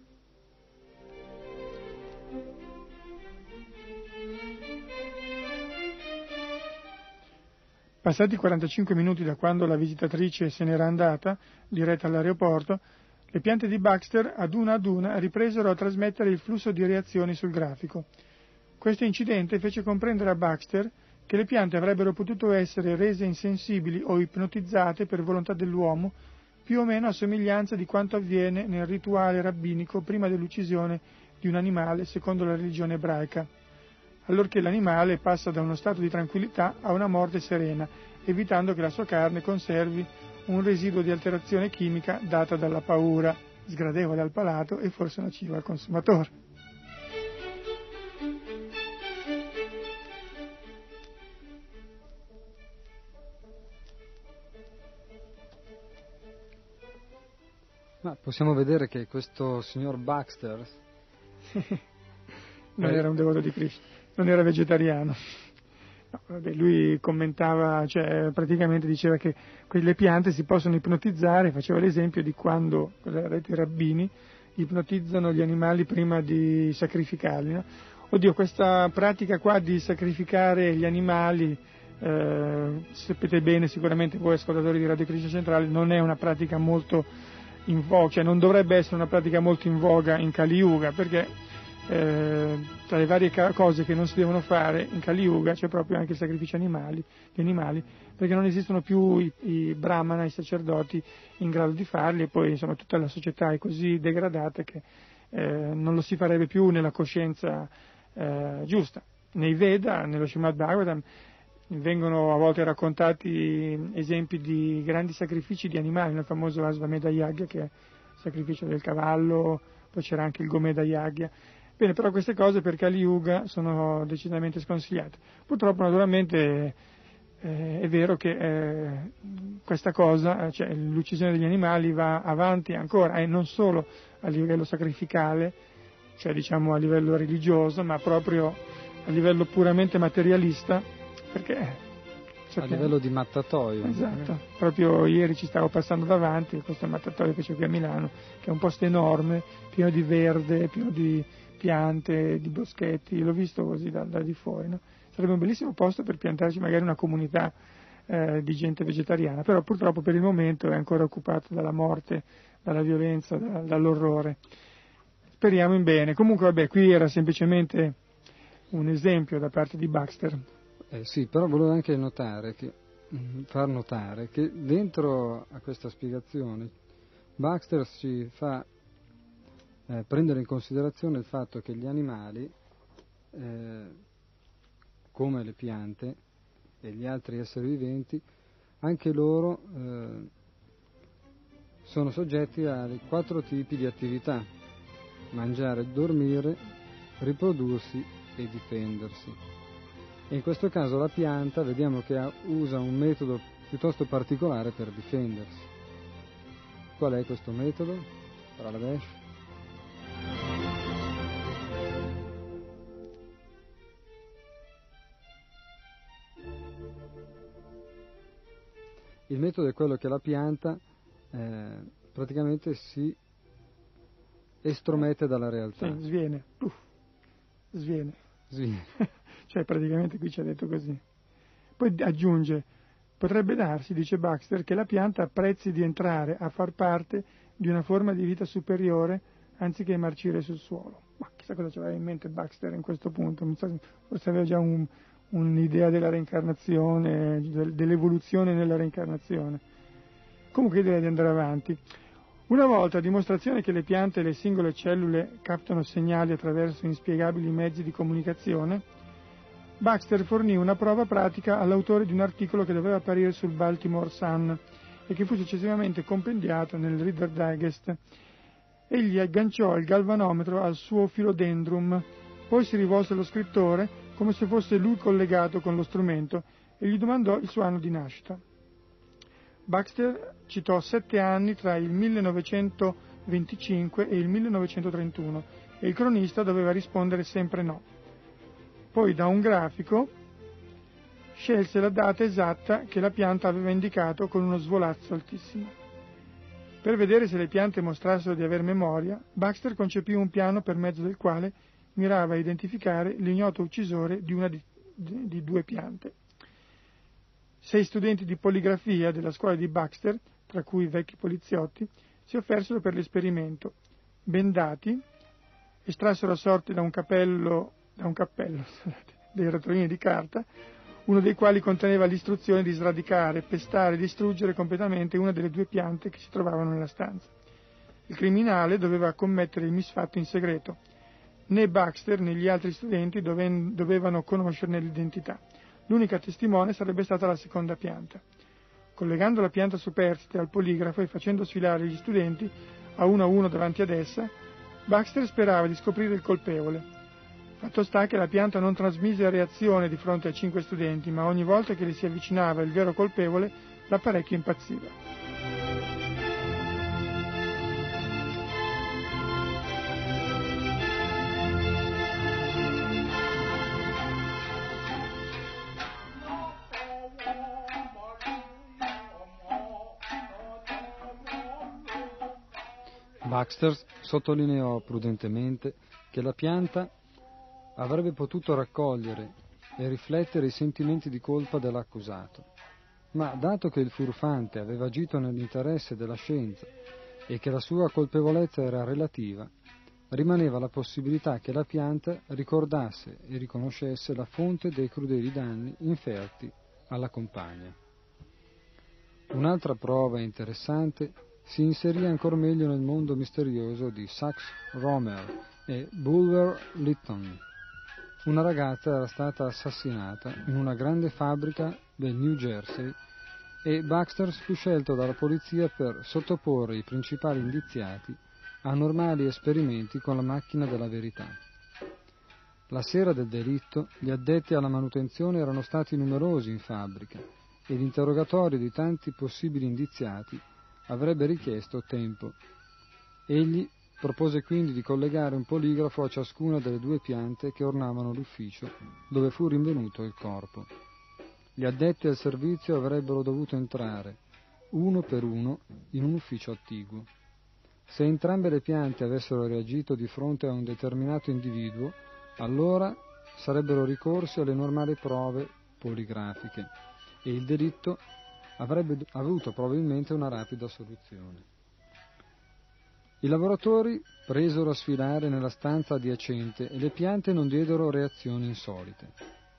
Passati 45 minuti da quando la visitatrice se n'era andata, diretta all'aeroporto, le piante di Baxter ad una ripresero a trasmettere il flusso di reazioni sul grafico. Questo incidente fece comprendere a Baxter che le piante avrebbero potuto essere rese insensibili o ipnotizzate per volontà dell'uomo, più o meno a somiglianza di quanto avviene nel rituale rabbinico prima dell'uccisione di un animale secondo la religione ebraica, allorché l'animale passa da uno stato di tranquillità a una morte serena, evitando che la sua carne conservi un residuo di alterazione chimica data dalla paura, sgradevole al palato e forse nociva al consumatore. Ma possiamo vedere che questo signor Baxter non era un devoto di Krishna, non era vegetariano. No, vabbè, lui commentava, cioè praticamente diceva che quelle piante si possono ipnotizzare, faceva l'esempio di quando i rabbini ipnotizzano gli animali prima di sacrificarli. No? Oddio, questa pratica qua di sacrificare gli animali, sapete bene sicuramente voi ascoltatori di Radio Krishna Centrale, non è una pratica molto in voga, cioè non dovrebbe essere una pratica molto in voga in Kali Yuga, perché tra le varie cose che non si devono fare in Kali Yuga c'è proprio anche il sacrificio di animali, perché non esistono più i brahmana, i sacerdoti in grado di farli, e poi insomma tutta la società è così degradata che non lo si farebbe più nella coscienza giusta. Nei Veda, nello Srimad Bhagavatam, vengono a volte raccontati esempi di grandi sacrifici di animali, nel famoso Asvamedha Yagya, che è il sacrificio del cavallo, poi c'era anche il Gomedha Yagya. Bene, però queste cose per Kali Yuga sono decisamente sconsigliate. Purtroppo naturalmente è vero che questa cosa, cioè l'uccisione degli animali, va avanti ancora, e non solo a livello sacrificale, cioè diciamo a livello religioso, ma proprio a livello puramente materialista, perché a livello di mattatoio. Esatto, proprio ieri ci stavo passando davanti, questo mattatoio che c'è qui a Milano, che è un posto enorme, pieno di verde, pieno di piante, di boschetti, l'ho visto così da di fuori, no? Sarebbe un bellissimo posto per piantarci magari una comunità di gente vegetariana, però purtroppo per il momento è ancora occupato dalla morte, dalla violenza, dall'orrore. Speriamo in bene. Comunque vabbè, qui era semplicemente un esempio da parte di Baxter. Sì, però volevo anche far notare che dentro a questa spiegazione Baxter si fa prendere in considerazione il fatto che gli animali, come le piante e gli altri esseri viventi, anche loro sono soggetti a 4 tipi di attività: mangiare, dormire, riprodursi e difendersi. E in questo caso la pianta vediamo che usa un metodo piuttosto particolare per difendersi. Qual è questo metodo? Praladesh? Il metodo è quello che la pianta praticamente si estromette dalla realtà. Sì, sviene. Sviene. Cioè praticamente qui ci ha detto così. Poi aggiunge: potrebbe darsi, dice Baxter, che la pianta apprezzi di entrare a far parte di una forma di vita superiore anziché marcire sul suolo. Ma chissà cosa c'aveva in mente Baxter in questo punto, forse aveva già un'idea della reincarnazione, dell'evoluzione nella reincarnazione. Comunque direi di andare avanti. Una volta, a dimostrazione che le piante e le singole cellule captano segnali attraverso inspiegabili mezzi di comunicazione, Baxter fornì una prova pratica all'autore di un articolo che doveva apparire sul Baltimore Sun e che fu successivamente compendiato nel Reader Digest. Egli agganciò il galvanometro al suo philodendrum, poi si rivolse allo scrittore come se fosse lui collegato con lo strumento e gli domandò il suo anno di nascita. Baxter citò 7 anni tra il 1925 e il 1931 e il cronista doveva rispondere sempre no. Poi da un grafico scelse la data esatta che la pianta aveva indicato con uno svolazzo altissimo. Per vedere se le piante mostrassero di aver memoria, Baxter concepì un piano per mezzo del quale mirava a identificare l'ignoto uccisore di una di 2 piante. 6 studenti di poligrafia della scuola di Baxter, tra cui vecchi poliziotti, si offersero per l'esperimento. Bendati, estrassero a sorte da un cappello dei rotolini di carta, uno dei quali conteneva l'istruzione di sradicare, pestare e distruggere completamente una delle 2 piante che si trovavano nella stanza. Il criminale doveva commettere il misfatto in segreto. Né Baxter né gli altri studenti dovevano conoscerne l'identità. L'unica testimone sarebbe stata la seconda pianta. Collegando la pianta superstite al poligrafo e facendo sfilare gli studenti a uno davanti ad essa, Baxter sperava di scoprire il colpevole. Fatto sta che la pianta non trasmise reazione di fronte ai 5 studenti, ma ogni volta che le si avvicinava il vero colpevole, l'apparecchio impazziva. Baxter sottolineò prudentemente che la pianta avrebbe potuto raccogliere e riflettere i sentimenti di colpa dell'accusato, ma dato che il furfante aveva agito nell'interesse della scienza e che la sua colpevolezza era relativa, rimaneva la possibilità che la pianta ricordasse e riconoscesse la fonte dei crudeli danni inferti alla compagna. Un'altra prova interessante si inserì ancor meglio nel mondo misterioso di Sax Rohmer e Bulwer Lytton. Una ragazza era stata assassinata in una grande fabbrica del New Jersey e Baxter fu scelto dalla polizia per sottoporre i principali indiziati a normali esperimenti con la macchina della verità. La sera del delitto gli addetti alla manutenzione erano stati numerosi in fabbrica e l'interrogatorio di tanti possibili indiziati avrebbe richiesto tempo. Egli propose quindi di collegare un poligrafo a ciascuna delle 2 piante che ornavano l'ufficio dove fu rinvenuto il corpo. Gli addetti al servizio avrebbero dovuto entrare, uno per uno, in un ufficio attiguo. Se entrambe le piante avessero reagito di fronte a un determinato individuo, allora sarebbero ricorsi alle normali prove poligrafiche e il delitto avrebbe avuto probabilmente una rapida soluzione. I lavoratori presero a sfilare nella stanza adiacente e le piante non diedero reazioni insolite.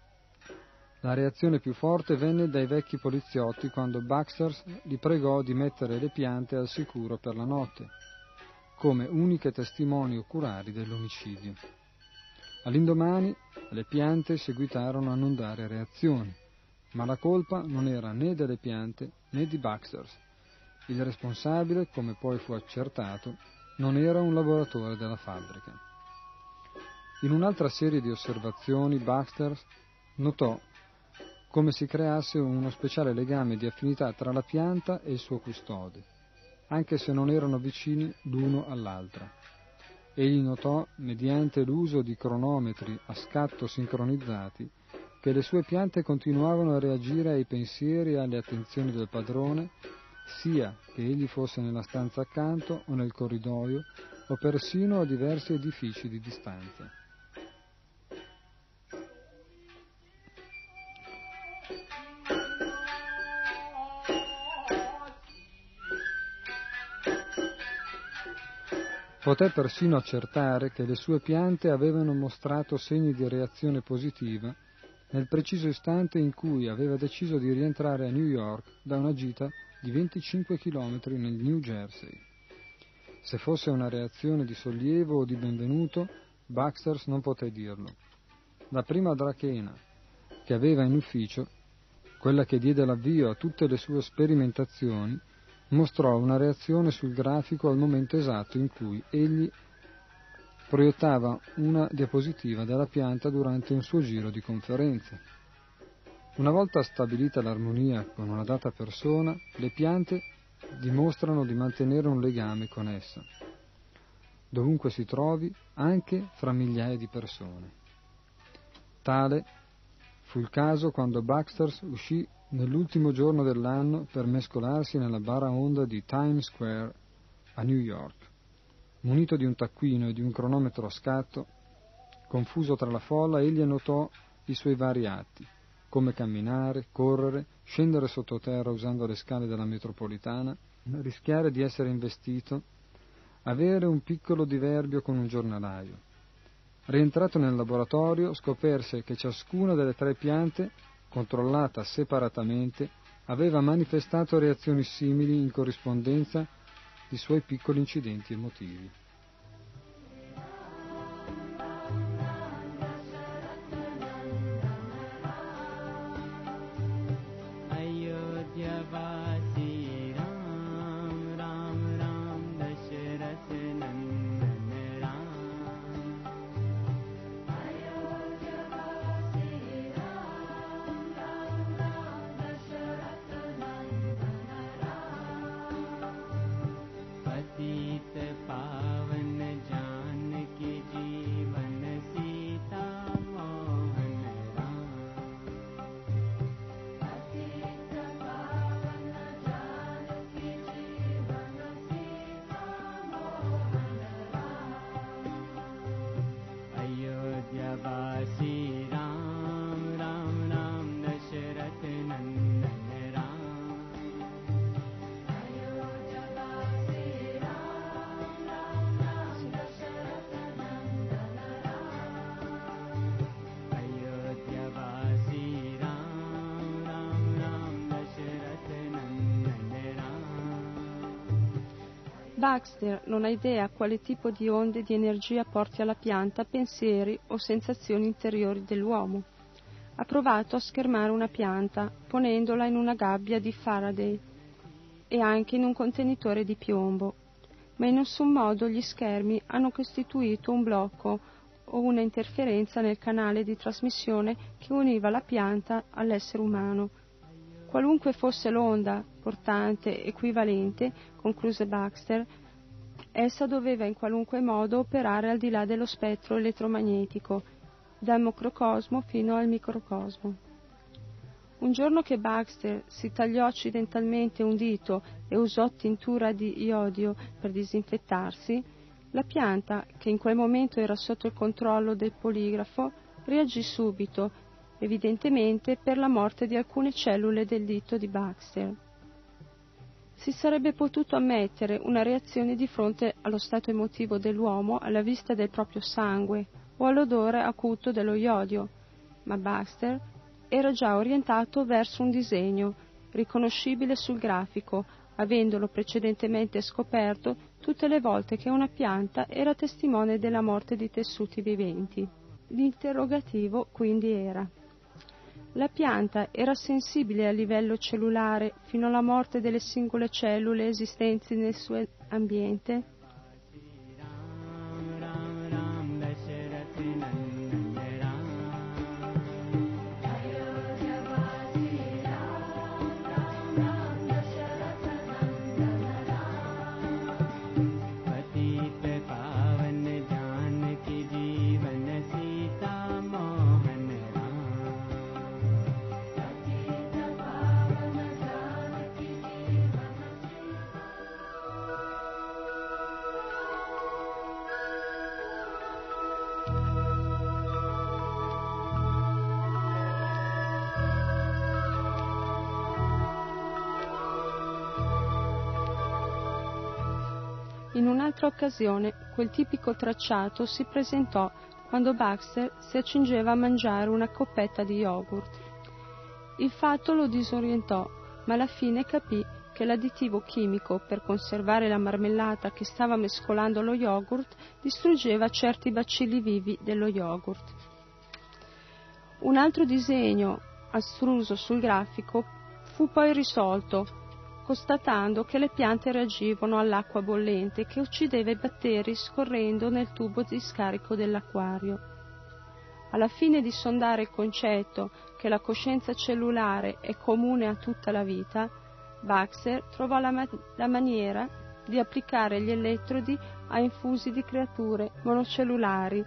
La reazione più forte venne dai vecchi poliziotti quando Baxter li pregò di mettere le piante al sicuro per la notte. come uniche testimoni oculari dell'omicidio. All'indomani le piante seguitarono a non dare reazioni, ma la colpa non era né delle piante né di Baxter. Il responsabile, come poi fu accertato, non era un lavoratore della fabbrica. In un'altra serie di osservazioni Baxter notò come si creasse uno speciale legame di affinità tra la pianta e il suo custode, anche se non erano vicini l'uno all'altra. Egli notò, mediante l'uso di cronometri a scatto sincronizzati, che le sue piante continuavano a reagire ai pensieri e alle attenzioni del padrone, sia che egli fosse nella stanza accanto o nel corridoio o persino a diversi edifici di distanza. Poté persino accertare che le sue piante avevano mostrato segni di reazione positiva nel preciso istante in cui aveva deciso di rientrare a New York da una gita di 25 chilometri nel New Jersey. Se fosse una reazione di sollievo o di benvenuto, Baxter non poté dirlo. La prima drachena che aveva in ufficio, quella che diede l'avvio a tutte le sue sperimentazioni, mostrò una reazione sul grafico al momento esatto in cui egli proiettava una diapositiva della pianta durante un suo giro di conferenze. Una volta stabilita l'armonia con una data persona, le piante dimostrano di mantenere un legame con essa, dovunque si trovi, anche fra migliaia di persone. Tale fu il caso quando Baxter uscì nell'ultimo giorno dell'anno per mescolarsi nella baraonda di Times Square a New York. Munito di un taccuino e di un cronometro a scatto, confuso tra la folla, egli annotò i suoi vari atti, come camminare, correre, scendere sottoterra usando le scale della metropolitana, rischiare di essere investito, avere un piccolo diverbio con un giornalaio. Rientrato nel laboratorio, scoperse che ciascuna delle 3 piante, controllata separatamente, aveva manifestato reazioni simili in corrispondenza di suoi piccoli incidenti emotivi. Baxter non ha idea quale tipo di onde di energia porti alla pianta pensieri o sensazioni interiori dell'uomo. Ha provato a schermare una pianta, ponendola in una gabbia di Faraday e anche in un contenitore di piombo, ma in nessun modo gli schermi hanno costituito un blocco o una interferenza nel canale di trasmissione che univa la pianta all'essere umano. Qualunque fosse l'onda portante equivalente, concluse Baxter, essa doveva in qualunque modo operare al di là dello spettro elettromagnetico, dal macrocosmo fino al microcosmo. Un giorno che Baxter si tagliò accidentalmente un dito e usò tintura di iodio per disinfettarsi, la pianta, che in quel momento era sotto il controllo del poligrafo, reagì subito, evidentemente per la morte di alcune cellule del dito di Baxter. Si sarebbe potuto ammettere una reazione di fronte allo stato emotivo dell'uomo alla vista del proprio sangue o all'odore acuto dello iodio, ma Baxter era già orientato verso un disegno, riconoscibile sul grafico, avendolo precedentemente scoperto tutte le volte che una pianta era testimone della morte di tessuti viventi. L'interrogativo quindi era: la pianta era sensibile a livello cellulare fino alla morte delle singole cellule esistenti nel suo ambiente? In un'altra occasione, quel tipico tracciato si presentò quando Baxter si accingeva a mangiare una coppetta di yogurt. Il fatto lo disorientò, ma alla fine capì che l'additivo chimico per conservare la marmellata che stava mescolando allo yogurt distruggeva certi bacilli vivi dello yogurt. Un altro disegno astruso sul grafico fu poi risolto, constatando che le piante reagivano all'acqua bollente che uccideva i batteri scorrendo nel tubo di scarico dell'acquario. Alla fine di sondare il concetto che la coscienza cellulare è comune a tutta la vita, Baxter trovò la maniera di applicare gli elettrodi a infusi di creature monocellulari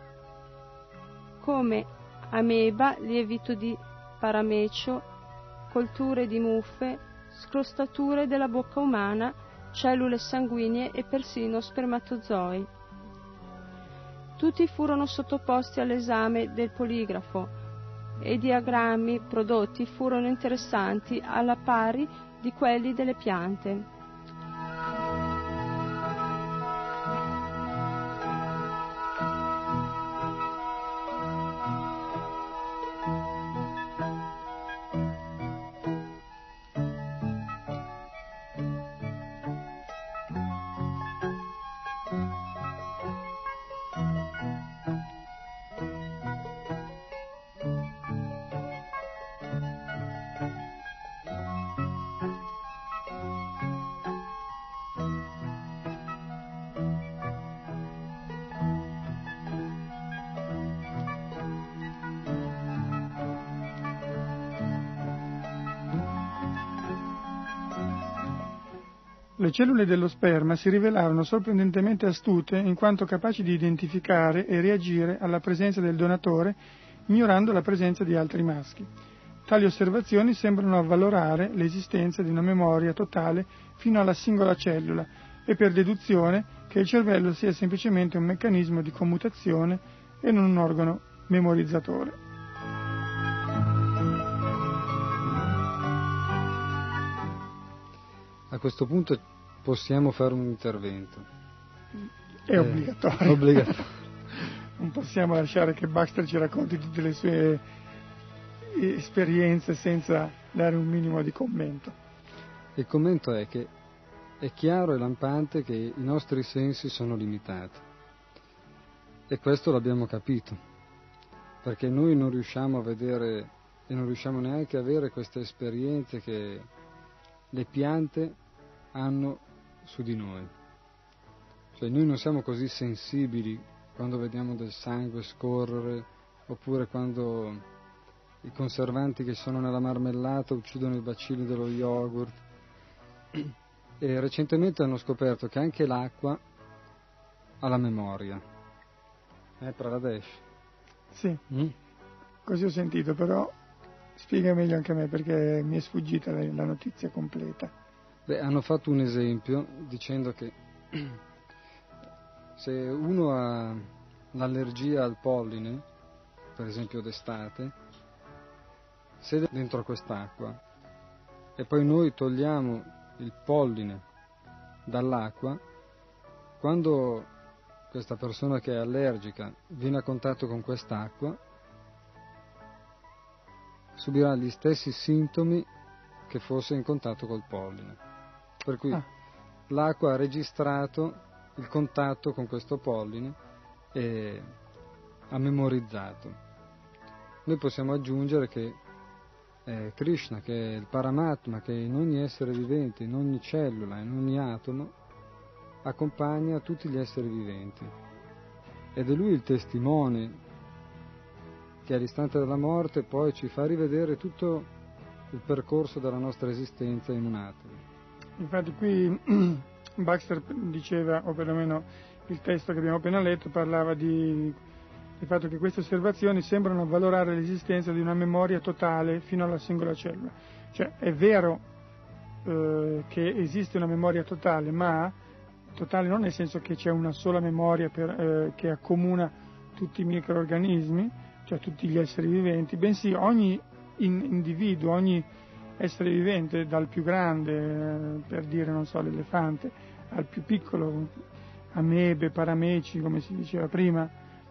come ameba, lievito di paramecio, colture di muffe, scrostature della bocca umana, cellule sanguigne e persino spermatozoi. Tutti furono sottoposti all'esame del poligrafo e i diagrammi prodotti furono interessanti alla pari di quelli delle piante. Le cellule dello sperma si rivelarono sorprendentemente astute in quanto capaci di identificare e reagire alla presenza del donatore, ignorando la presenza di altri maschi. Tali osservazioni sembrano avvalorare l'esistenza di una memoria totale fino alla singola cellula e per deduzione che il cervello sia semplicemente un meccanismo di commutazione e non un organo memorizzatore. A questo punto possiamo fare un intervento. È obbligatorio. Obbligatorio. Non possiamo lasciare che Baxter ci racconti tutte le sue esperienze senza dare un minimo di commento. Il commento è che è chiaro e lampante che i nostri sensi sono limitati. E questo l'abbiamo capito, perché noi non riusciamo a vedere e non riusciamo neanche a avere queste esperienze che le piante hanno su di noi. Cioè noi non siamo così sensibili quando vediamo del sangue scorrere, oppure quando i conservanti che sono nella marmellata uccidono i bacilli dello yogurt. E recentemente hanno scoperto che anche l'acqua ha la memoria. Praladesh? Sì, così ho sentito, però spiega meglio anche a me perché mi è sfuggita la notizia completa. Hanno fatto un esempio dicendo che se uno ha l'allergia al polline, per esempio d'estate, se dentro quest'acqua e poi noi togliamo il polline dall'acqua, quando questa persona che è allergica viene a contatto con quest'acqua, subirà gli stessi sintomi che fosse in contatto col polline. per cui l'acqua ha registrato il contatto con questo polline e ha memorizzato. Noi possiamo aggiungere che Krishna, che è il Paramatma, che in ogni essere vivente, in ogni cellula, in ogni atomo, accompagna tutti gli esseri viventi. Ed è lui il testimone che all'istante della morte poi ci fa rivedere tutto il percorso della nostra esistenza in un attimo. Infatti qui Baxter diceva, o perlomeno il testo che abbiamo appena letto, parlava del fatto che queste osservazioni sembrano avvalorare l'esistenza di una memoria totale fino alla singola cellula. Cioè è vero che esiste una memoria totale, ma totale non nel senso che c'è una sola memoria che accomuna tutti i microrganismi, cioè tutti gli esseri viventi, bensì ogni individuo, ogni essere vivente, dal più grande, per dire, non so, l'elefante, al più piccolo, amebe, parameci, come si diceva prima,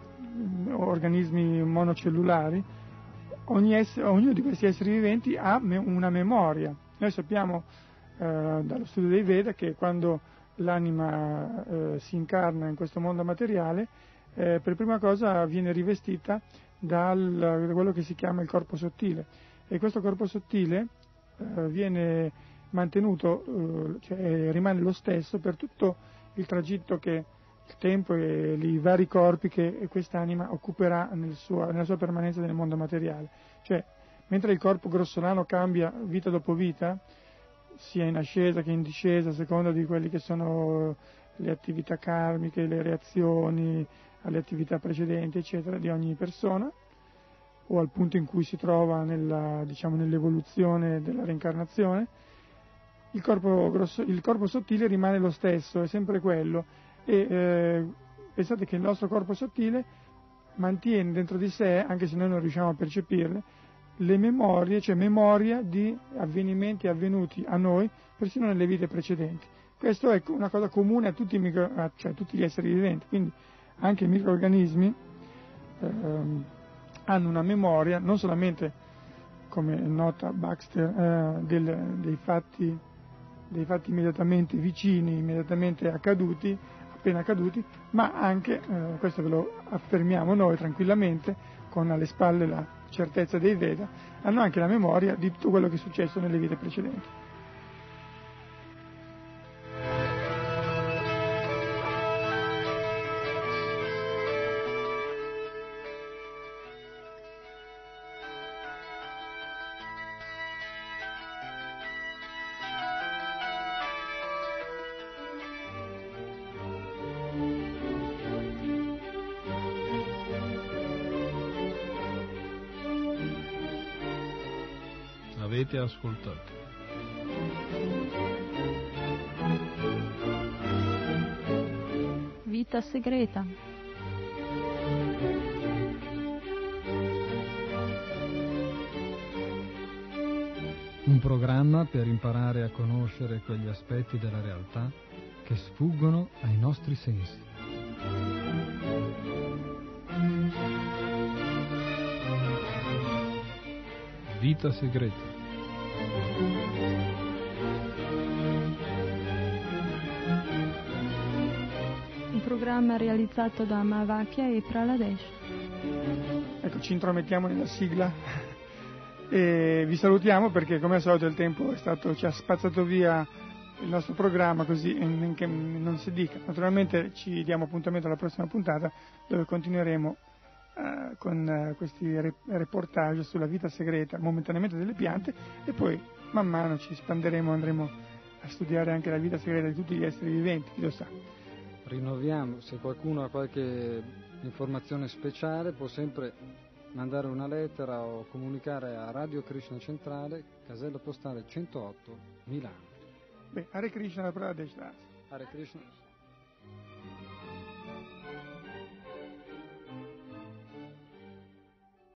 organismi monocellulari, ognuno di questi esseri viventi ha una memoria. Noi sappiamo dallo studio dei Veda che quando l'anima si incarna in questo mondo materiale, per prima cosa viene rivestita da quello che si chiama il corpo sottile, e questo corpo sottile viene mantenuto, cioè rimane lo stesso per tutto il tragitto che il tempo e i vari corpi che quest'anima occuperà nella sua permanenza nel mondo materiale. Cioè, mentre il corpo grossolano cambia vita dopo vita, sia in ascesa che in discesa, a seconda di quelle che sono le attività karmiche, le reazioni alle attività precedenti, eccetera, di ogni persona, o al punto in cui si trova nell'evoluzione della reincarnazione, il corpo sottile rimane lo stesso, è sempre quello, e pensate che il nostro corpo sottile mantiene dentro di sé, anche se noi non riusciamo a percepirle, le memorie, cioè memoria di avvenimenti avvenuti a noi persino nelle vite precedenti. Questo è una cosa comune a tutti gli esseri viventi, quindi anche i microrganismi hanno una memoria, non solamente, come nota Baxter, dei fatti immediatamente vicini, immediatamente appena accaduti, ma anche, questo ve lo affermiamo noi tranquillamente, con alle spalle la certezza dei Veda, hanno anche la memoria di tutto quello che è successo nelle vite precedenti. Avete ascoltato Vita segreta. Un programma per imparare a conoscere quegli aspetti della realtà che sfuggono ai nostri sensi. Vita segreta. Un programma realizzato da Mahavakia e Praladesh. Ecco, ci intromettiamo nella sigla e vi salutiamo perché, come al solito, il tempo ci ha spazzato via il nostro programma, così che non si dica. Naturalmente ci diamo appuntamento alla prossima puntata, dove continueremo con questi reportage sulla vita segreta momentaneamente delle piante, e poi man mano ci espanderemo, andremo a studiare anche la vita segreta di tutti gli esseri viventi, chi lo sa. Rinnoviamo, se qualcuno ha qualche informazione speciale può sempre mandare una lettera o comunicare a Radio Krishna Centrale, casella postale 108, Milano. Hare Krishna, Praladesh. Hare Krishna.